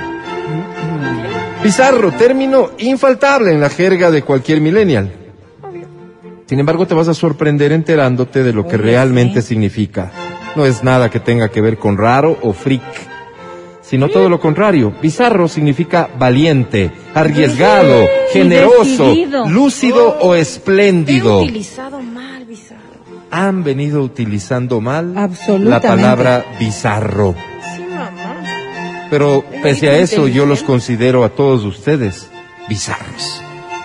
Bizarro, término infaltable en la jerga de cualquier millennial. Sin embargo, te vas a sorprender enterándote de lo que realmente significa. No es nada que tenga que ver con raro o freak, sino todo lo contrario. Bizarro significa valiente, arriesgado, generoso, decidido. lúcido o He espléndido. utilizado mal bizarro. Han venido utilizando mal la Absolutamente. palabra bizarro. Sí, mamá. Pero Es pese a muy eso, yo los inteligente. considero a todos ustedes bizarros.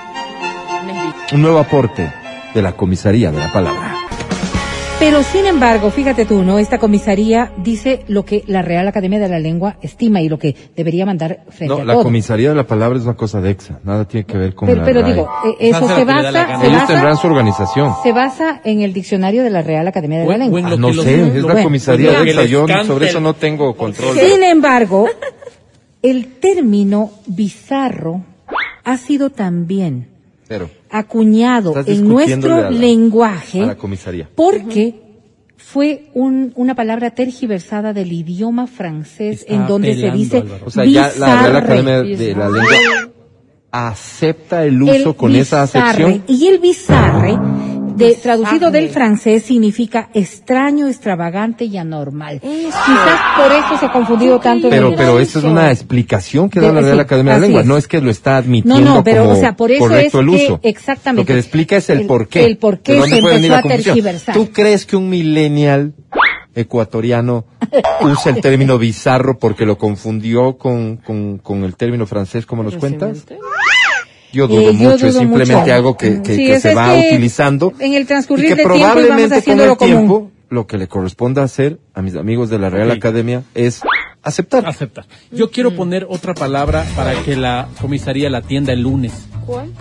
Lesbi. Un nuevo aporte de la comisaría de la palabra. Pero sin embargo, fíjate tú, ¿no? Esta comisaría dice lo que la Real Academia de la Lengua estima y lo que debería mandar frente No, a la todo. comisaría de la palabra es una cosa de EXA, nada tiene que ver con Pero, la pero RAE. digo, eso Hace se la actividad de la basa, Academia. Ellos tendrán su organización. se basa en el diccionario de la Real Academia de la Lengua. Lo No que los- sé, es la bueno, comisaría lo de que EXA, les yo cante sobre eso el- no tengo control. Sin embargo, el término bizarro ha sido también Pero, acuñado estás en discutiéndole nuestro a la lenguaje comisaría. porque fue una palabra tergiversada del idioma francés Está en donde se apelando, dice Álvaro. O sea, ya la Real bizarre. Academia de la Lengua acepta el uso con esa bizarre. acepción. Y el bizarre traducido del francés significa extraño, extravagante y anormal. Quizás por eso se ha confundido tanto. Pero esa es una explicación que da la Real Academia de la Lengua, no es que lo está admitiendo pero, como o sea, por eso correcto es el uso. Exactamente. Lo que le explica es el porqué. El porqué se empezó a tergiversar. ¿Tú crees que un millennial ecuatoriano usa el término bizarro porque lo confundió con el término francés, como nos cuentas? Yo dudo mucho, es simplemente algo que se va utilizando en el transcurrir y que de probablemente vamos haciéndolo con el tiempo común. lo que le corresponda hacer a mis amigos de la Real Academia es aceptar. Yo quiero poner otra palabra para que la comisaría la atienda el lunes. ¿Cuál?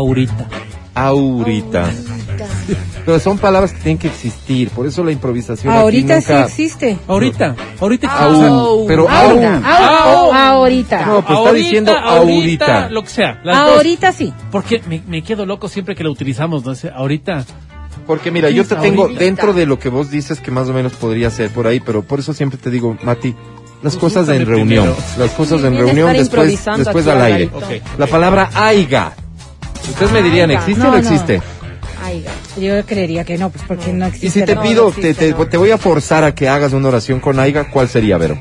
Ahorita. Pero son palabras que tienen que existir, por eso la improvisación ahorita aquí nunca... sí existe. Ahorita pero ahorita. No, pues está diciendo ahorita. Lo que sea. Ahorita sí. Porque me quedo loco siempre que la utilizamos, no sé, ahorita. Porque mira, yo te tengo dentro de lo que vos dices que más o menos podría ser por ahí, pero por eso siempre te digo, Mati, las cosas en reunión, después al aire. Okay. La palabra aiga. Ustedes me dirían, ¿existe o no existe? Aiga. Yo creería que no, pues porque no existe. Y si te pido, te voy a forzar a que hagas una oración con aiga, ¿cuál sería, Vero?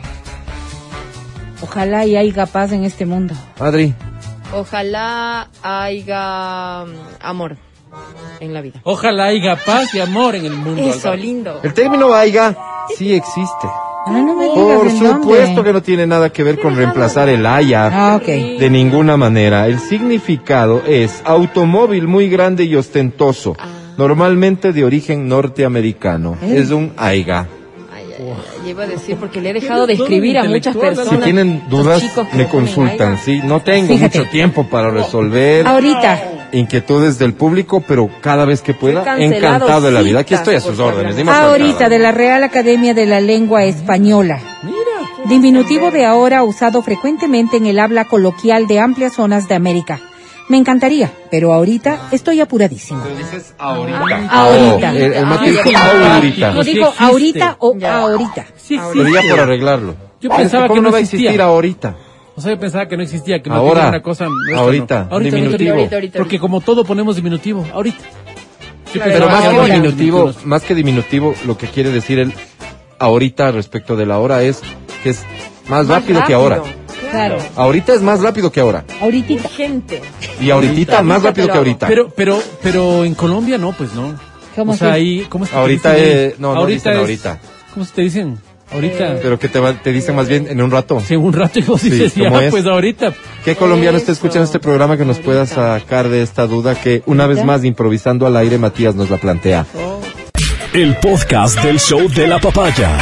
Ojalá y haya paz en este mundo. Adri. Ojalá haya amor en la vida. Ojalá haya paz y amor en el mundo. Eso, Álvaro. lindo. El término aiga sí existe. No me digas Por el supuesto nombre. que no tiene nada que ver con reemplazar el haya. Ok. De ninguna manera. El significado es automóvil muy grande y ostentoso, normalmente de origen norteamericano. Es un aiga. Iba a decir porque le he dejado de escribir a muchas personas. Si tienen dudas, Chicos que me ponen consultan. aiga. Sí, no tengo Fíjate. mucho tiempo para resolver inquietudes del público, pero cada vez que pueda, encantado de la vida. Aquí estoy a sus órdenes. Dime Ahorita, nada. de la Real Academia de la Lengua Española. Diminutivo de ahora usado frecuentemente en el habla coloquial de amplias zonas de América. Me encantaría, pero ahorita estoy apuradísimo. Pero dices ahorita. Ahorita. El Mati dijo ahorita. No digo existe. ahorita o Ya. ahorita. Sí, Pero ya por arreglarlo. Yo pensaba ¿Cómo que no va a existía. existir ahorita? O sea, yo pensaba que no existía, que más Ahora. bien era una cosa nuestra, Ahorita. ¿no? Diminutivo. Ahorita. Porque como todo ponemos diminutivo, ahorita. Yo Claro, Pero pensaba más que diminutivo, lo que quiere decir el ahorita respecto de la hora es que es más rápido que ahora. Claro. Ahorita es más rápido que ahora. Ahorita. Gente. Y ahorita más rápido que ahorita. Pero en Colombia no, pues no. ¿Cómo o sea, así? ahí, ¿cómo es que te Ahorita dicen ahí? no dicen es- ahorita. ¿Cómo se te dicen? Ahorita. Pero que te dicen más bien en un rato. Sí, un rato y vos Sí, dices, ¿cómo ya, es? pues ahorita. ¿Qué colombiano está escuchando este programa que nos pueda sacar de esta duda que una vez más improvisando al aire Matías nos la plantea? El podcast del show de la papaya.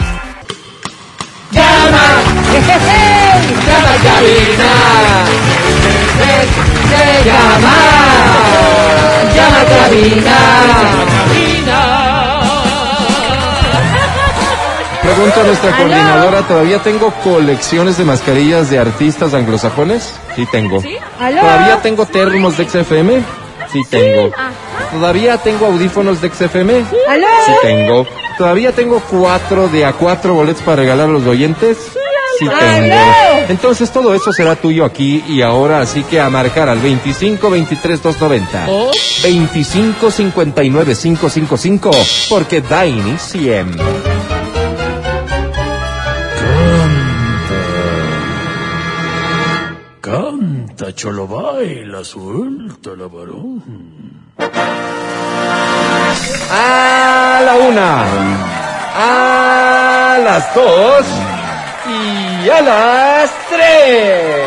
Pregunta a nuestra coordinadora, ¿todavía tengo colecciones de mascarillas de artistas anglosajones? Sí tengo. ¿Aló? ¿Todavía tengo termos de XFM? Sí tengo. ¿Todavía tengo audífonos de XFM? ¿Aló? Sí tengo. ¿Todavía tengo 4 de A4 boletos para regalar a los oyentes? Sí tengo. Entonces todo eso será tuyo aquí y ahora, así que a marcar al 25 23 290 25 59 555 porque da inicio. Canta, cholo, baila, suelta la varón. A la 1, a las 2 y a las 3.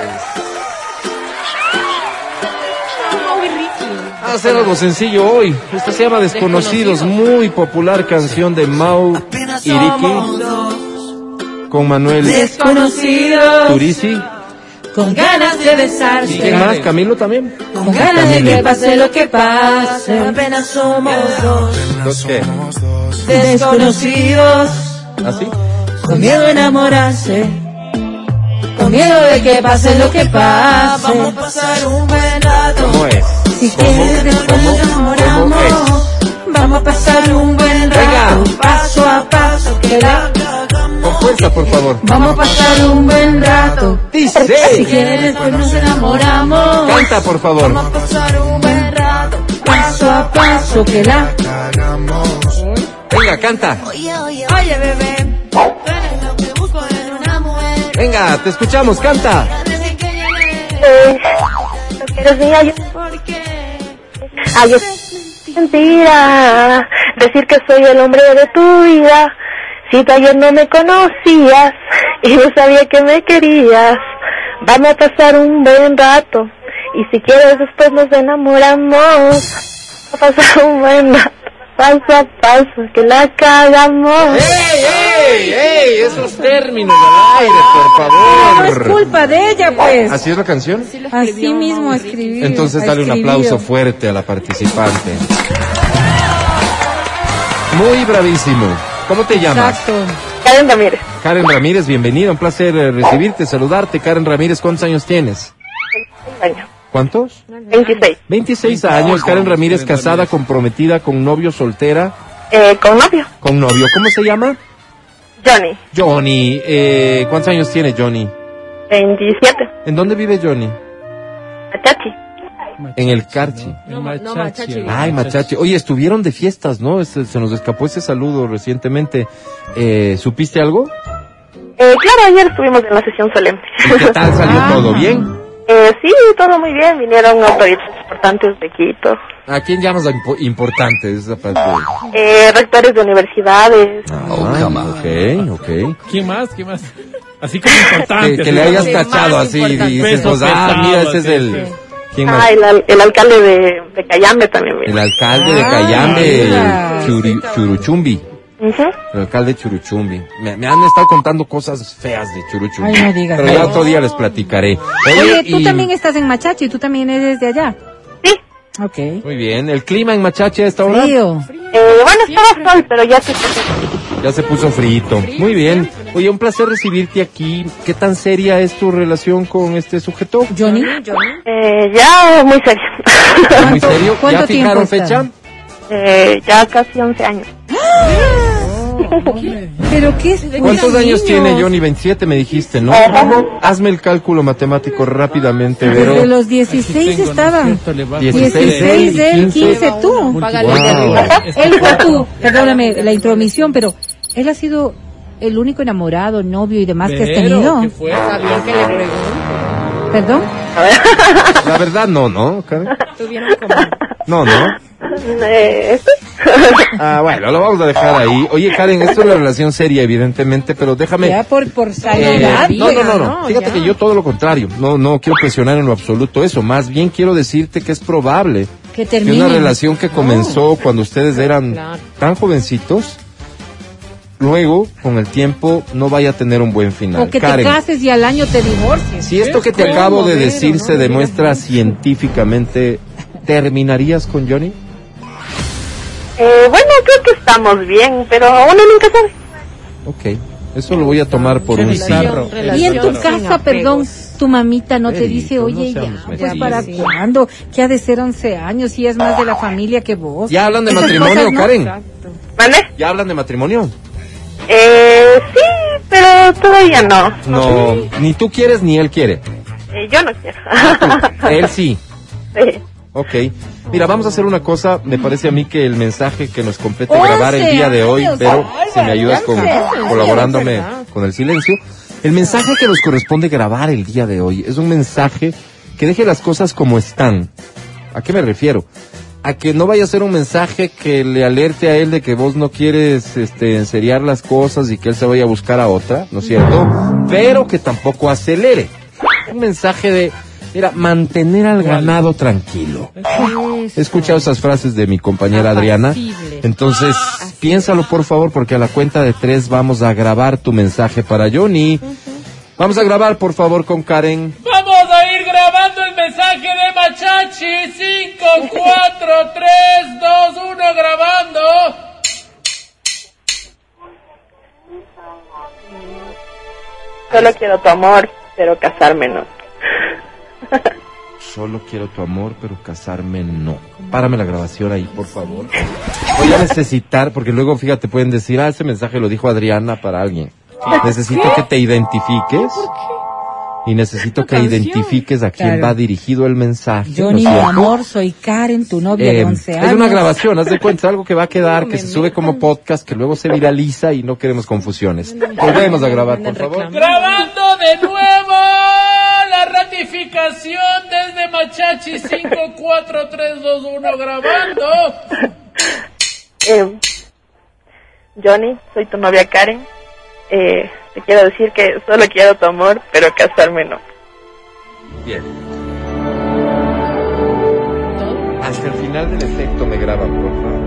Hacer algo sencillo hoy. Esto se llama Desconocidos, muy popular canción de Mau Iriki con Manuel Desconocidos. Turisi. Con ganas de besarse. ¿Y quién más? ¿Camilo también? Con ganas de que pase lo que pase. Apenas somos dos. ¿Los qué? Desconocidos. ¿Así? Con miedo a enamorarse. Con miedo de que pase lo que pase. Vamos a pasar un buen rato. ¿Cómo es? Si quieres después nos enamoramos. Vamos a pasar un buen rato. Paso a paso que la Con fuerza, por favor. vamos a pasar un buen rato. Si Dice. quieres después nos enamoramos. Canta, por favor. Vamos a pasar un buen rato. Paso paso a paso que la... Venga, canta. Oye, bebé, tú eres lo que busco en una mujer. Venga, te escuchamos, canta. Lo que eres mía, yo... ¿Por qué? Ay, es mentira decir que soy el hombre de tu vida. Si tú ayer no me conocías y no sabía que me querías, vamos a pasar un buen rato. Y si quieres después nos enamoramos. Va a pasar un buen rato, paso a paso, que la cagamos. ¡Ey! Esos términos al aire, por No es favor. culpa de ella, pues. ¿Así es la canción? Sí lo escribió, Así mismo mamá. escribí. Entonces dale un aplauso fuerte a la participante. Muy bravísimo. ¿Cómo te llamas? Exacto. Karen Ramírez, Karen Ramírez, bienvenida. Un placer recibirte, saludarte. Karen Ramírez, ¿cuántos años tienes? años, ¿Cuántos? 26, 26 años. Karen Ramírez, casada, comprometida, con novio, soltera, con novio, con novio. ¿Cómo se llama? Johnny, Johnny. ¿Cuántos años tiene Johnny? 27, ¿En dónde vive Johnny? Achachi. En el Carchi. No, Machachi. Ay, Machachi. Oye, estuvieron de fiestas, ¿no? Se nos escapó ese saludo recientemente. ¿Supiste algo? Claro, ayer estuvimos en la sesión solemne. ¿Y qué tal salió todo? ¿Bien? Sí, todo muy bien. Vinieron autoridades importantes de Quito, ¿A quién llamas importante esa parte? rectores de universidades. Ok. ¿Quién más? Así como importante. Que le hayas Sí, cachado más así importante. y dices, Peso pues, mira, ese es pesado, el... sí. ¿Quién más? El alcalde de Cayambe también vino. El alcalde de Cayambe, mira. Churuchumbi. Ujú. El alcalde Churuchumbi. Me han estado contando cosas feas de Churuchumbi. Ay, no digas. Pero ya No. otro día les platicaré. Oye, tú y- también estás en Machachi, tú también eres de allá. Sí. Ok. Muy bien. ¿El clima en Machachi a esta hora? Frío. Bueno, estaba sol, pero ya se... Ya se puso frito. Muy bien. Oye, un placer recibirte aquí. ¿Qué tan seria es tu relación con este sujeto? Johnny. Ya muy serio. ¿Muy serio? ¿Cuánto ¿Ya fijaron tiempo fecha? están? Ya casi 11 años. ¿Pero qué es? ¿Cuántos Unos años niños. tiene Johnny? 27 me dijiste, ¿no? Ajá. Hazme el cálculo matemático rápidamente, Desde Vero. los 16 estaban. 16 16 de él, 15 tú. Págale Wow. de arriba. Él fue tú, perdóname la intromisión, pero él ha sido el único enamorado, novio y demás que has tenido. ¿Qué fue? Está bien que le pregunto. ¿Perdón? La verdad, no, Karen. Tuvieron como... No. Sí. Bueno, lo vamos a dejar ahí. Oye, Karen, esto es una relación seria, evidentemente, pero déjame... Ya por sanidad. No. no, Fíjate ya. que yo todo lo contrario. No quiero presionar en lo absoluto eso. Más bien quiero decirte que es probable Que que termine. una relación que comenzó cuando ustedes eran Claro. tan jovencitos, luego, con el tiempo, no vaya a tener un buen final. O que te Karen, cases y al año te divorcies. si esto que te Es acabo de modelo, decir ¿no? se No demuestra científicamente, ¿terminarías con Johnny? Bueno, creo que estamos bien, pero uno nunca sabe. Ok, eso lo voy a tomar por Qué un sí. bizarro. Y en tu Sin casa, apegos. perdón, tu mamita no te Perito, dice, no oye, seamos ya, pues metiches. para Sí. cuándo, que ha de ser 11 años y es más de la familia que vos. ¿Ya hablan de Esas matrimonio, cosas, ¿no? Karen? Exacto. ¿Vale? ¿Ya hablan de matrimonio? Sí, pero todavía no. No, ni tú quieres ni él quiere. Yo no quiero. Él sí. Sí. Ok. Mira, vamos a hacer una cosa. Me parece a mí que el mensaje que nos compete 11 grabar el día de hoy, años, pero si me Álvaro, ayudas ya con sé, colaborándome es verdad. con el silencio. El mensaje que nos corresponde grabar el día de hoy es un mensaje que deje las cosas como están. ¿A qué me refiero? A que no vaya a ser un mensaje que le alerte a él de que vos no quieres enseriar las cosas y que él se vaya a buscar a otra, ¿no es cierto? Pero que tampoco acelere. Un mensaje de, mira, mantener al ganado tranquilo. He escuchado esas frases de mi compañera Adriana. Apacible. Entonces, piénsalo por favor, porque a la cuenta de 3 vamos a grabar tu mensaje para Johnny. Vamos a grabar, por favor, con Karen. Vamos a ir grabando el mensaje de Machachi. 5, 4, 3, 2, 1, grabando. Solo quiero tu amor, pero casarme no. Solo quiero tu amor, pero casarme no. Párame la grabación ahí, por favor. Voy a necesitar, porque luego, fíjate, pueden decir, ese mensaje lo dijo Adriana para alguien. Necesito que te identifiques. y necesito que identifiques a quién va dirigido el mensaje. Johnny, mi amor, soy Karen, tu novia de 11 años. Es una grabación, haz de cuenta, algo que va a quedar, que se sube como podcast, que luego se viraliza y no queremos confusiones. Volvemos a grabar, por favor. Grabando de nuevo la ratificación desde Machachi 5, 4, 3, 2, 1, grabando. Johnny, soy tu novia Karen. Te quiero decir que solo quiero tu amor, pero casarme no. Bien. Hasta el final del efecto me graban, por favor.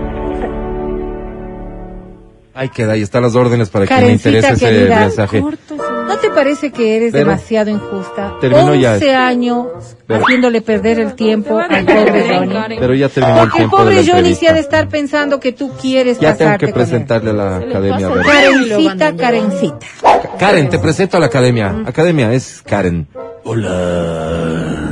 Ahí queda, ahí están las órdenes para quien le interese ese mensaje. ¿No te parece que eres demasiado injusta? Terminó 11 ya. años haciéndole perder el tiempo al pobre Johnny. Pero ya terminó el Porque el tiempo de la pobre Johnny entrevista. se ha de estar pensando que tú quieres Ya tengo casarte que con él. presentarle a la academia. A ver. Karencita. Karen, te presento a la academia. Academia es Karen. Hola.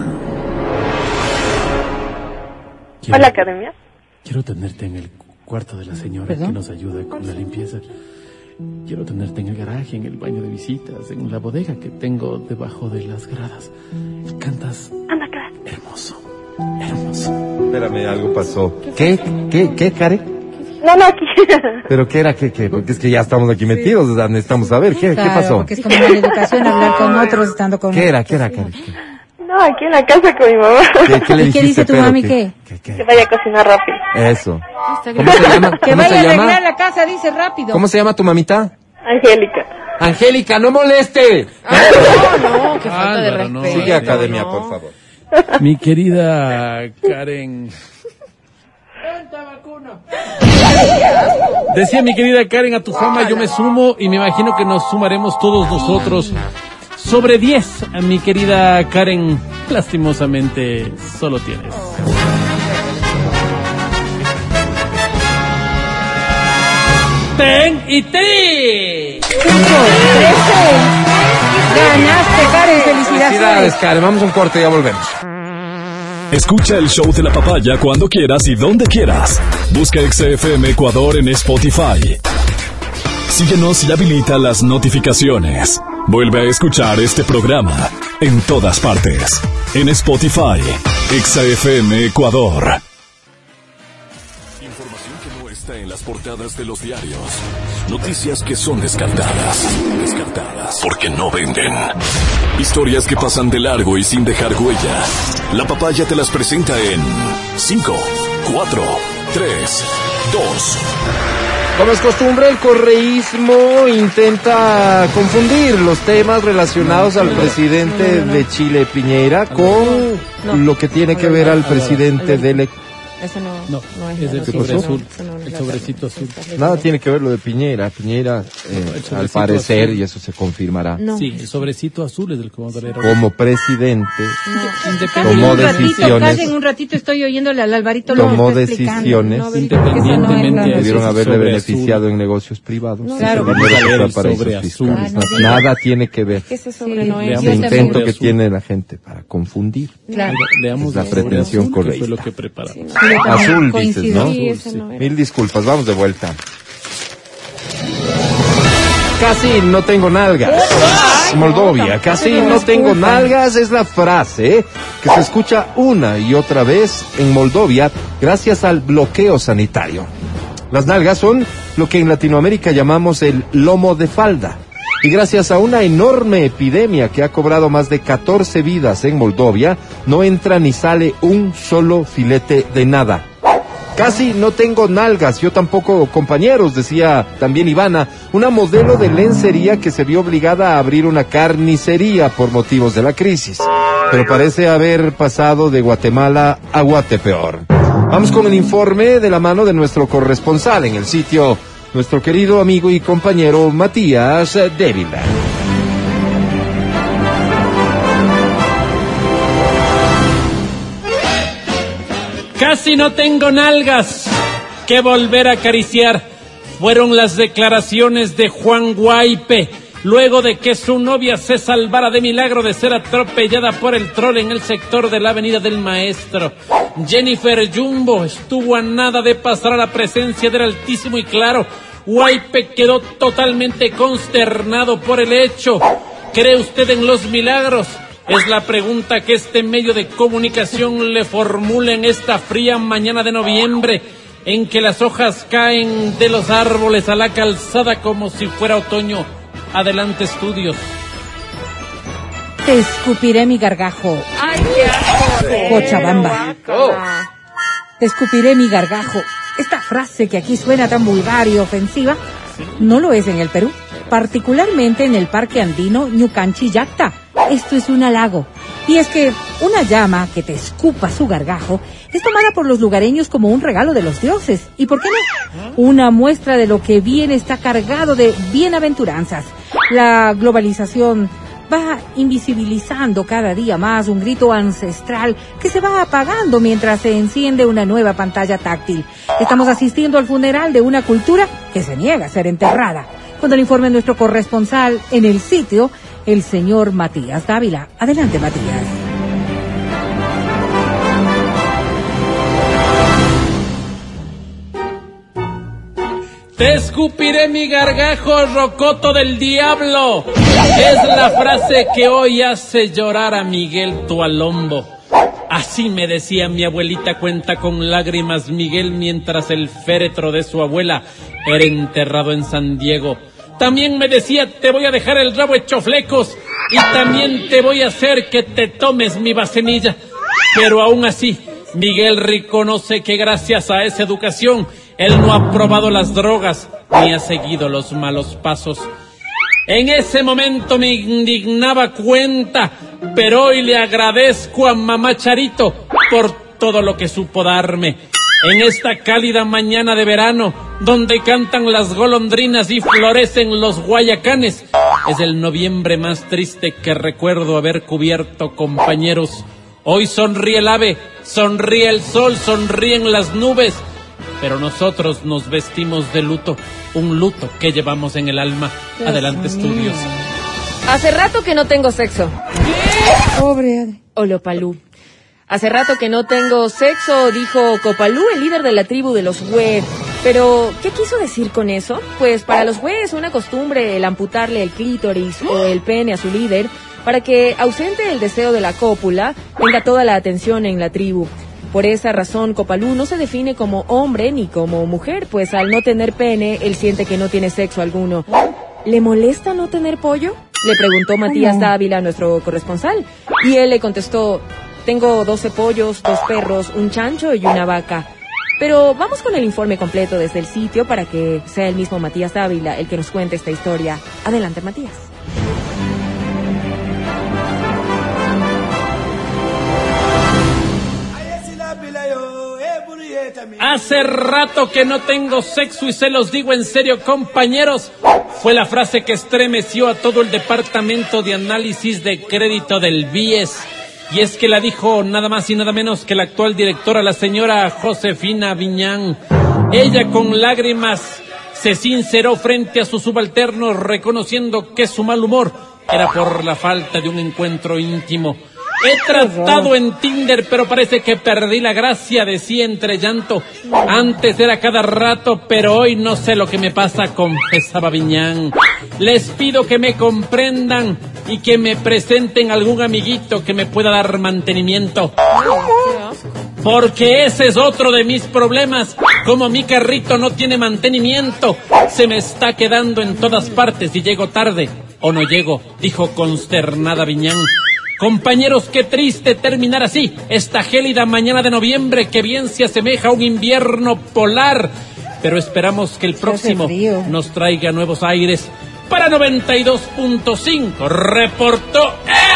Hola, academia. Quiero tenerte en el cuarto de la señora ¿Perdón? que nos ayuda con la limpieza. Quiero tenerte en el garaje, en el baño de visitas, en la bodega que tengo debajo de las gradas. Cantas Anda, Karen. hermoso, hermoso. Espérame, algo pasó. ¿Qué, Karen? No, aquí. ¿Pero qué era? ¿Qué? Porque es que ya estamos aquí metidos, o sea, necesitamos saber. ¿Qué Claro, pasó? porque es como la educación hablar con otros estando con ¿Qué era, Karen? No, aquí en la casa con mi mamá. ¿Qué le ¿Y qué dijiste, dice tu pero mami qué? Que vaya a cocinar rápido. Eso. ¿Cómo se llama? Que ¿Cómo vaya se a arreglar llama? la casa, dice rápido. ¿Cómo se llama tu mamita? Angélica. Angélica, no moleste. No, qué falta de Álvaro, no. respeto. Sigue academia, no. por favor. Mi querida Karen. Decía mi querida Karen, a tu fama yo me sumo y me imagino que nos sumaremos todos nosotros. Sobre 10, mi querida Karen, lastimosamente solo tienes. ¡Ten y tri! Ganaste, Karen, felicidades. Felicidades, Karen. Vamos a un corte y ya volvemos. Escucha el show de la papaya cuando quieras y donde quieras. Busca XFM Ecuador en Spotify. Síguenos y habilita las notificaciones. Vuelve a escuchar este programa en todas partes. En Spotify, XFM Ecuador. Información que no está en las portadas de los diarios. Noticias que son descartadas. Porque no venden. Historias que pasan de largo y sin dejar huella. La papaya te las presenta en 5, 4, 3, 2. Como es costumbre, el correísmo intenta confundir los temas relacionados al presidente de Chile, Piñera, con lo que tiene que ver al presidente del... Eso No, es el ¿Qué sobre pasó? azul, el sobrecito azul. Nada tiene que ver lo de Piñera. Piñera, sobrecito al parecer, azul. y eso se confirmará, Sí, el sobrecito azul es del comodoro. como presidente, Callen tomó un ratito, decisiones. callen un ratito, estoy oyéndole al Alvarito Tomó López explicando. decisiones. Independientemente de Pudieron ese haberle sobre beneficiado azul. en negocios privados. Claro. Ese dinero se fue a El paraísos sobre fiscales. azul. Ah, no, Nada tiene que ver. ¿Qué es eso sobre Sí. no es? Veamos El el intento sobre que azul. tiene la gente para confundir. Claro. Leamos Es la el sobre pretensión azul, que fue correcta. lo que preparamos. Yo también Azul, coincido. dices, ¿no? Sí, ese no era. Mil disculpas, vamos de vuelta. Casi no tengo nalgas. Moldovia, casi no tengo nalgas es la frase que se escucha una y otra vez en Moldovia gracias al bloqueo sanitario. Las nalgas son lo que en Latinoamérica llamamos el lomo de falda. Y gracias a una enorme epidemia que ha cobrado más de 14 vidas en Moldovia, no entra ni sale un solo filete de nada. Casi no tengo nalgas, yo tampoco, compañeros, decía también Ivana, una modelo de lencería que se vio obligada a abrir una carnicería por motivos de la crisis. Pero parece haber pasado de Guatemala a Guatepeor. Vamos con el informe de la mano de nuestro corresponsal en el sitio, nuestro querido amigo y compañero Matías Dávila. Casi no tengo nalgas que volver a acariciar. Fueron las declaraciones de Juan Guaipe, luego de que su novia se salvara de milagro de ser atropellada por el troll en el sector de la Avenida del Maestro. Jennifer Jumbo estuvo a nada de pasar a la presencia del Altísimo y Claro. Guaipe quedó totalmente consternado por el hecho. ¿Cree usted en los milagros? Es la pregunta que este medio de comunicación le formula en esta fría mañana de noviembre, en que las hojas caen de los árboles a la calzada como si fuera otoño. Adelante, estudios. Te escupiré mi gargajo. ¡Ay, qué asco! Cochabamba. Te escupiré mi gargajo. Esta frase que aquí suena tan vulgar y ofensiva, no lo es en el Perú, particularmente en el Parque Andino Ñucanchillacta. Esto es un halago. Y es que una llama que te escupa su gargajo es tomada por los lugareños como un regalo de los dioses. ¿Y por qué no? Una muestra de lo que viene está cargado de bienaventuranzas. La globalización va invisibilizando cada día más un grito ancestral que se va apagando mientras se enciende una nueva pantalla táctil. Estamos asistiendo al funeral de una cultura que se niega a ser enterrada. Cuando le informe nuestro corresponsal en el sitio, el señor Matías Dávila. Adelante, Matías. Te escupiré mi gargajo, rocoto del diablo. Es la frase que hoy hace llorar a Miguel Tualombo. Así me decía mi abuelita, cuenta con lágrimas Miguel, mientras el féretro de su abuela era enterrado en San Diego. También me decía, te voy a dejar el rabo hecho flecos y también te voy a hacer que te tomes mi vasenilla. Pero aún así, Miguel reconoce que gracias a esa educación, él no ha probado las drogas ni ha seguido los malos pasos. En ese momento me indignaba cuenta, pero hoy le agradezco a mamá Charito por todo lo que supo darme. En esta cálida mañana de verano, donde cantan las golondrinas y florecen los guayacanes, es el noviembre más triste que recuerdo haber cubierto, compañeros. Hoy sonríe el ave, sonríe el sol, sonríen las nubes, pero nosotros nos vestimos de luto, un luto que llevamos en el alma. Adelante, estudios. Hace rato que no tengo sexo. Pobre. Olopalú. Hace rato que no tengo sexo, dijo Copalú, el líder de la tribu de los Hue. Pero, ¿qué quiso decir con eso? Pues para los Hue es una costumbre el amputarle el clítoris o el pene a su líder para que, ausente el deseo de la cópula, tenga toda la atención en la tribu. Por esa razón, Copalú no se define como hombre ni como mujer, pues al no tener pene, él siente que no tiene sexo alguno. ¿Le molesta no tener pollo?, le preguntó Matías Dávila, nuestro corresponsal. Y él le contestó, tengo 12 pollos, 2 perros, un chancho y una vaca. Pero vamos con el informe completo desde el sitio para que sea el mismo Matías Dávila el que nos cuente esta historia. Adelante, Matías. Hace rato que no tengo sexo y se los digo en serio, compañeros. Fue la frase que estremeció a todo el departamento de análisis de crédito del BIES. Y es que la dijo nada más y nada menos que la actual directora, la señora Josefina Viñán. Ella con lágrimas se sinceró frente a sus subalternos, reconociendo que su mal humor era por la falta de un encuentro íntimo. He tratado en Tinder, pero parece que perdí la gracia, decía entre llanto. Antes era cada rato, pero hoy no sé lo que me pasa, confesaba Viñán. Les pido que me comprendan y que me presenten algún amiguito que me pueda dar mantenimiento. Porque ese es otro de mis problemas. Como mi carrito no tiene mantenimiento, se me está quedando en todas partes y llego tarde o no llego, dijo consternada Viñán. Compañeros, qué triste terminar así esta gélida mañana de noviembre que bien se asemeja a un invierno polar, pero esperamos que el próximo nos traiga nuevos aires. Para 92.5 reportó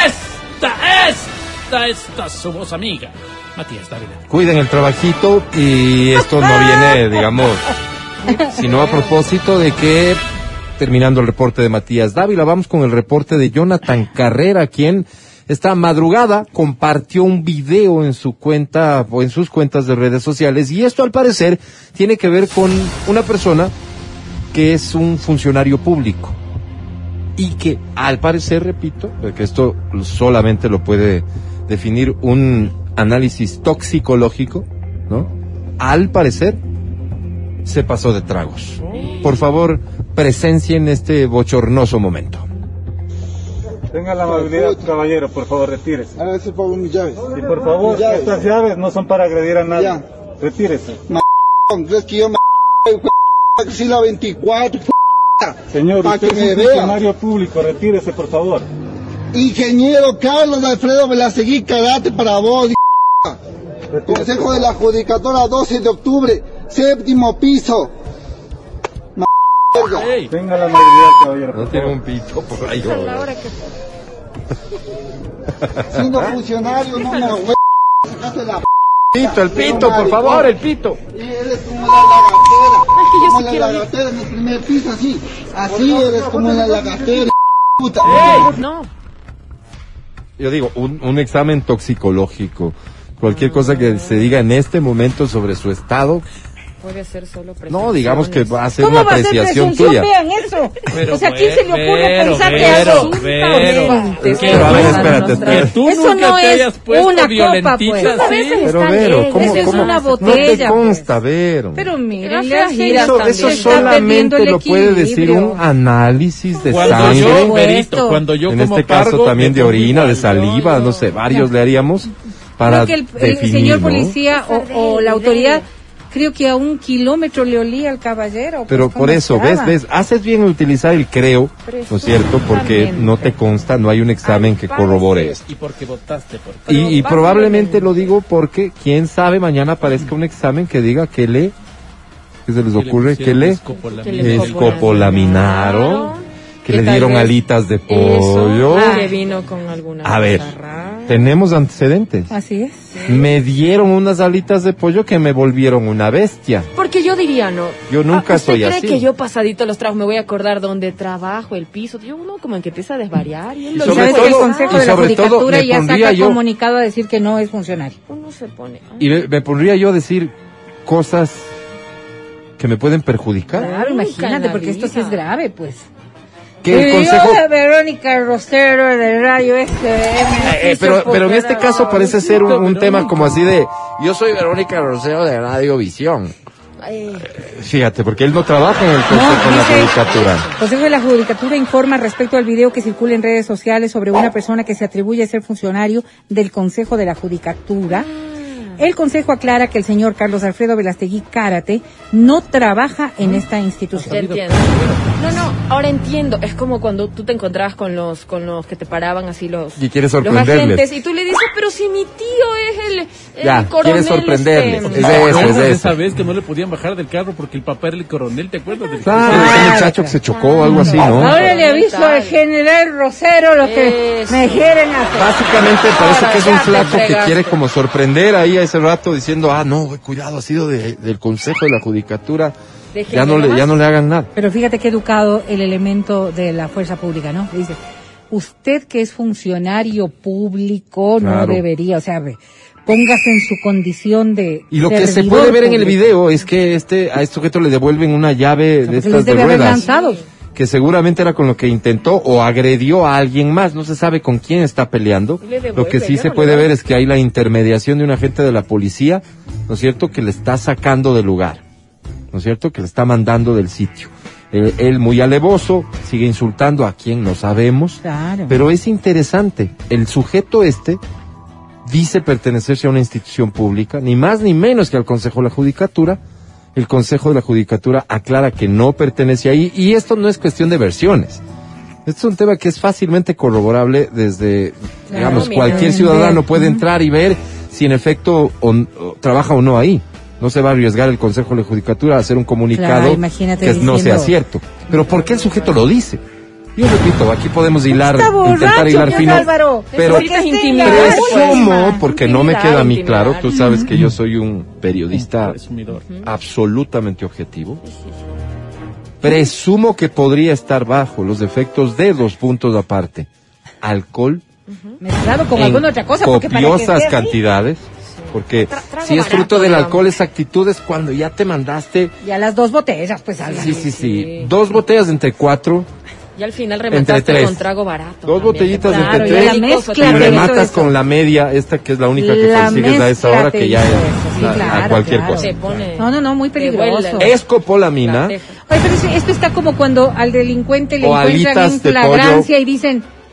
esta su voz amiga, Matías Dávila. Cuiden el trabajito y esto no viene, digamos, sino a propósito de que, terminando el reporte de Matías Dávila, vamos con el reporte de Jonathan Carrera, quien esta madrugada compartió un video en su cuenta o en sus cuentas de redes sociales, y esto al parecer tiene que ver con una persona que es un funcionario público y que al parecer, repito, porque esto solamente lo puede definir un análisis toxicológico, ¿no? Al parecer se pasó de tragos. Por favor, presencien este bochornoso momento. Tenga la amabilidad, caballero, por favor, retírese. A veces pongo mis llaves. Sí, por favor, llaves. Estas llaves no son para agredir a nadie. Ya. Retírese. ¿Crees que yo si la 24? Señor, para usted que es me un vea. funcionario público, retírese, por favor. Ingeniero Carlos Alfredo Velastegui Karate para vos. Consejo de la Judicatura 12 de octubre, 7º piso. Tenga la amabilidad, caballero. No tiene un pito por ahí. Siendo funcionario, no me voy a sacaste la Pito, el pito, por favor, el pito. Eres como la lagartera. Como la lagartera en el primer piso, así. Así eres como la lagartera, puta. No. Yo digo, un examen toxicológico. Cualquier cosa que se diga en este momento sobre su estado. Puede ser solo presunción. No, digamos que va a ser ¿Cómo una va a ser apreciación presunción? tuya. Vean eso. Pero o sea, ¿a quién se le ocurre pensar que algo? Pero a ver, espérate. Tú Eso nunca no te es hayas puesto una copa, violentita pues. así. Pero Vero, ¿cómo? Eso es una No te botella, consta, Vero. Pero miren, Las le hace giras Eso también. está solamente perdiendo el lo puede decir equilibrio. un análisis de Cuando sangre. yo, Verito, cuando yo En como este caso cargo, también de me orina, de pongo saliva, igual, no sé, varios le haríamos para Creo que el definir, señor ¿no? policía o la autoridad, creo que a 1 kilómetro le olía al caballero. Pero pues, por ¿cómo eso, estaba? ves, haces bien en utilizar el creo, ¿no es cierto? Porque no te consta, no hay un examen que corrobore eso. Y porque votaste por Y probablemente lo digo porque, quién sabe, mañana aparezca un examen que diga que le, ¿qué se les ocurre? Que le escopolaminaron, que le tal dieron vez alitas de pollo. que vino con alguna A ver, cosa rara. tenemos antecedentes. Así es. Me dieron unas alitas de pollo que me volvieron una bestia. Porque yo diría, no. Yo nunca ¿Usted soy cree así. que yo pasadito los trabajos me voy a acordar dónde trabajo, el piso? Yo uno como que empieza a desvariar. Y, Y Y sobre sabes que el todo- Consejo y de la sobre todo Judicatura me ya pondría saca yo- comunicado a decir que no es funcionario. Uno se pone. Y me pondría yo a decir cosas que me pueden perjudicar. Claro, imagínate, Canaliza. porque esto sí es grave, pues. Que el Y consejo... yo, Verónica Rosero del Radio pero en este caso parece ser un tema como así de... Yo soy Verónica Rosero de Radio Visión. Fíjate, porque él no trabaja en el Consejo de la Judicatura. El Consejo de la Judicatura informa respecto al video que circula en redes sociales sobre una persona que se atribuye a ser funcionario del Consejo de la Judicatura. El Consejo aclara que el señor Carlos Alfredo Velastegui Karate no trabaja en esta institución. Ya entiendo. No, ahora entiendo. Es como cuando tú te encontrabas con los que te paraban así los... Y quieres los sorprenderles. agentes y tú le dices, pero si mi tío es el Ya, coronel. quieres sorprenderles. este, Es de eso, es de Esa eso. vez que no le podían bajar del carro porque el papá era el coronel, ¿te acuerdas? Del Claro, ese muchacho que se chocó o algo así, ¿no? Ahora le aviso al general Rosero lo que Eso. me quieren hacer. Básicamente parece Ahora que es un ya te flaco que fregaste. quiere como sorprender ahí a ese rato diciendo, no, cuidado, ha sido del Consejo de la Judicatura, ya no le hagan nada. Pero fíjate qué educado el elemento de la fuerza pública, ¿no? Dice, usted que es funcionario público no Claro. debería, o sea, póngase en su condición de Y lo que se servidor puede ver en el público. video es que a este sujeto le devuelven una llave de Porque estas les de debe haber ruedas, lanzado. que seguramente era con lo que intentó o agredió a alguien más, no se sabe con quién está peleando. Le devuelve, Lo que sí ya se no puede le da. ver es que hay la intermediación de un agente de la policía, ¿no es cierto?, que le está sacando del lugar, ¿no es cierto?, que le está mandando del sitio. Él muy alevoso, sigue insultando a quien no sabemos, Claro. pero es interesante, el sujeto dice pertenecerse a una institución pública, ni más ni menos que al Consejo de la Judicatura. El Consejo de la Judicatura aclara que no pertenece ahí, y esto no es cuestión de versiones. Esto es un tema que es fácilmente corroborable desde, digamos, mira, cualquier ciudadano puede entrar y ver si en efecto o trabaja o no ahí. No se va a arriesgar el Consejo de la Judicatura a hacer un comunicado Claro, imagínate que no sea diciendo- cierto. Pero ¿por qué el sujeto lo dice? Yo repito, aquí podemos hilar, Está intentar borracho, hilar Dios fino, Álvaro. pero Necesitas intimidad. presumo, porque no me queda a mí Intimidad. claro, tú sabes que yo soy un periodista Presumidor. absolutamente objetivo. Presumo que podría estar bajo los efectos de 2 puntos aparte. Alcohol Mezclado con en alguna otra cosa, porque para que copiosas esté así, cantidades, porque Trago si es barato, fruto del digamos. alcohol, esa actitud es cuando ya te mandaste, ya las 2 botellas, pues algo. sí, 2 botellas entre 4, Y al final Entre remataste 3. con trago barato. 2 botellitas Claro, entre y la 3, mezcla y de rematas eso. con la media, esta que es la única que La consigues a esa mezcla hora, te que ya hizo es eso, sí, a claro, cualquier claro. cosa. Se pone... No, muy peligroso. huele. Escopolamina, Oye, pero esto está como cuando al delincuente le O encuentran alitas en de flagrancia y dicen,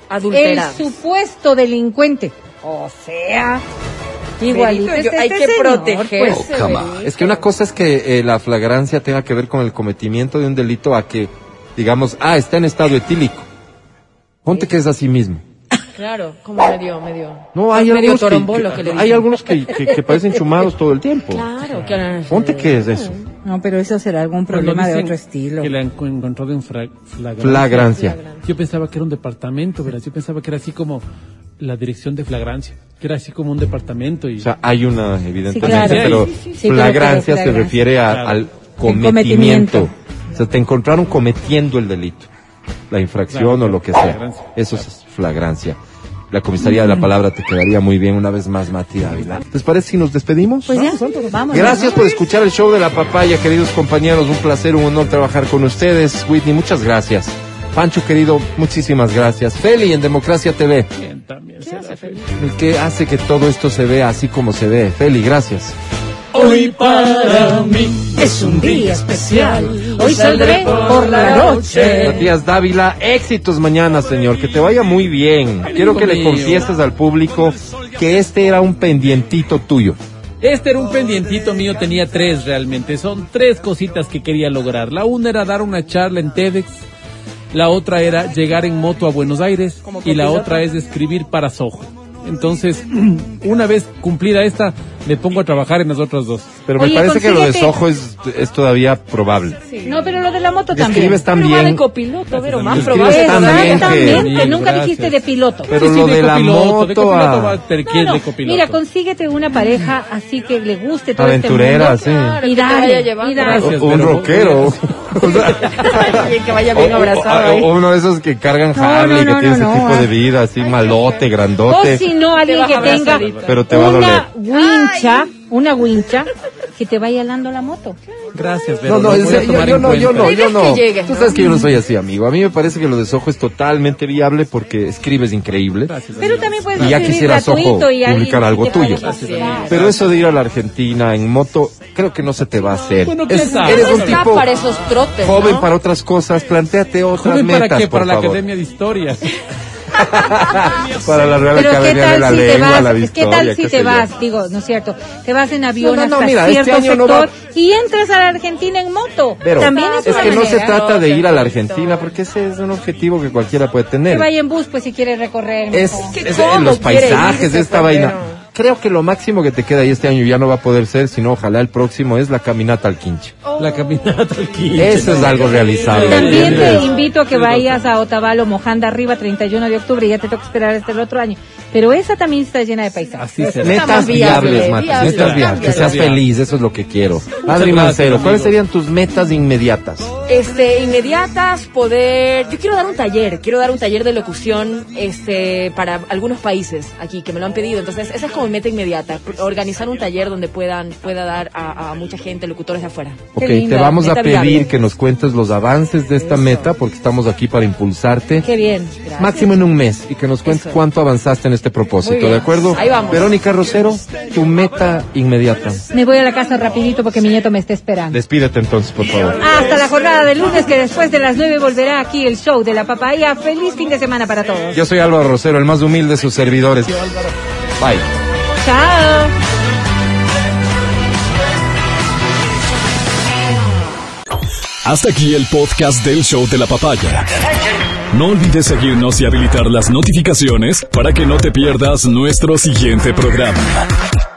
Adulterado. El supuesto delincuente. O sea, igualito Perito, es hay este que señor, proteger. pues. Oh, come on. Es que una cosa es que la flagrancia tenga que ver con el cometimiento de un delito a que, digamos, está en estado etílico. Ponte que es así mismo. Claro, como medio. No, hay medio algunos torombolo que le hay dicen. algunos que parecen chumados todo el tiempo. Claro, que Ponte que es eso. No, pero eso será algún problema de Dicen otro estilo. Que le han encontrado en flagrancia. Flagrancia. Yo pensaba que era un departamento, ¿verdad? Yo pensaba que era así como la dirección de flagrancia, que era así como un departamento. Y... O sea, hay una, evidentemente, claro. pero Sí, flagrancia pero se refiere Claro. al cometimiento. cometimiento. O sea, te encontraron cometiendo el delito, la infracción Claro, o lo que sea. flagrancia. Eso es flagrancia. La comisaría de la palabra te quedaría muy bien una vez más, Mati Ávila. ¿Les parece si nos despedimos? Pues ya, vamos. Gracias por escuchar el show de la papaya, queridos compañeros. Un placer, un honor trabajar con ustedes. Whitney, muchas gracias. Pancho, querido, muchísimas gracias. Feli, en Democracia TV. Bien, también será feliz. ¿Qué hace que todo esto se vea así como se ve? Feli, gracias. Hoy para mí es un día especial. Hoy saldré por la noche. Matías Dávila, éxitos mañana, señor. Que te vaya muy bien. Quiero que le confieses al público que este era un pendientito tuyo. Este era un pendientito mío, tenía 3 realmente. Son 3 cositas que quería lograr. La una era dar una charla en TEDx. La otra era llegar en moto a Buenos Aires. Y la otra es escribir para Soho. Entonces, una vez cumplida esta, me pongo a trabajar en las otras 2. Pero me Oye, parece que lo de consíguete- Soho es todavía probable. No, pero lo de la moto también. Escribes tan Pero va de bien, copiloto, pero más Escribes probable. tan bien que- Exactamente, Sí, nunca gracias. dijiste de piloto. pero lo de la moto de copiloto va a a tener que ir No, de no, copiloto. mira, consíguete una pareja así que le guste todo aventurera, este sí. mundo. Claro, Y que te dale, vaya llevando. y dale. Gracias. Un pero- rockero. Y que vaya bien abrazado ahí. O uno de esos que cargan No, Harley, no, que tiene no, ese tipo no. de vida, así malote, O grandote. si no, alguien Te que vas a tenga abrazar. Pero te va a doler. una wincha que te vaya alando la moto. Gracias, pero No, lo en voy a serio, tomar yo en no. cuenta. La idea es que llegues, Tú ¿no? sabes que yo no soy así, amigo. A mí me parece que lo de Soho es totalmente viable porque escribes increíble. Gracias, Pero amigo. también puedes Y ya escribir quisiera Soho gratuito y alguien publicar que algo te tuyo. vaya a pasear. Pero eso de ir a la Argentina en moto, creo que no se te va a hacer. Bueno, ¿quién sabe? Eres un Está tipo para esos trotes, joven ¿no? para otras cosas, plantéate otras ¿Joven metas, para qué? por Para la favor. Academia de Historia. Para la Real Pero qué Academia de tal la si te Lengua, vas, la de ¿qué Historia, tal si qué te sé yo. vas? Digo, ¿no es cierto? Te vas en avión No, hasta mira, este cierto año no sector va- y entras a la Argentina en moto. Pero También es es una que no se manera. trata de ir a la Argentina, porque ese es un objetivo que cualquiera puede Que tener. vaya en bus, pues si quiere recorrer. Es, mejor. es cómo en los quiere paisajes irse, de esta pues, vaina. pero- Creo que lo máximo que te queda ahí este año ya no va a poder ser, sino ojalá el próximo es la caminata al Quinche. La caminata al Quinche. Eso es algo realizable. También te ¿entiendes? invito a que vayas a Otavalo, Mojanda arriba, 31 de octubre, ya te toca esperar hasta el otro año. Pero esa también está llena de paisajes. Así será. Está más Metas viable, viables, Mati, viable, metas viables, que seas viable. feliz, eso es lo que quiero. Adri gracias, Mancero, ¿cuáles amigo. serían tus metas inmediatas? Inmediatas, yo quiero dar un taller de locución, para algunos países aquí que me lo han pedido. Entonces, esa es como mi meta inmediata, organizar un taller donde pueda dar a mucha gente, locutores de afuera. Ok, lindo, te vamos a meta pedir viable. que nos cuentes los avances de esta meta, porque estamos aquí para impulsarte. Qué bien. Gracias. Máximo en un mes, y que nos cuentes Eso. cuánto avanzaste en este Muy propósito, bien. ¿de acuerdo? Ahí vamos. Verónica Rosero, tu meta inmediata. Me voy a la casa rapidito porque mi nieto me está esperando. Despídete entonces, por favor. Hasta la jornada de lunes, que después de las 9 volverá aquí el show de la papaya. Feliz fin de semana para todos. Yo soy Álvaro Rosero, el más humilde de sus servidores. Bye. Chao. Hasta aquí el podcast del show de la papaya. No olvides seguirnos y habilitar las notificaciones para que no te pierdas nuestro siguiente programa.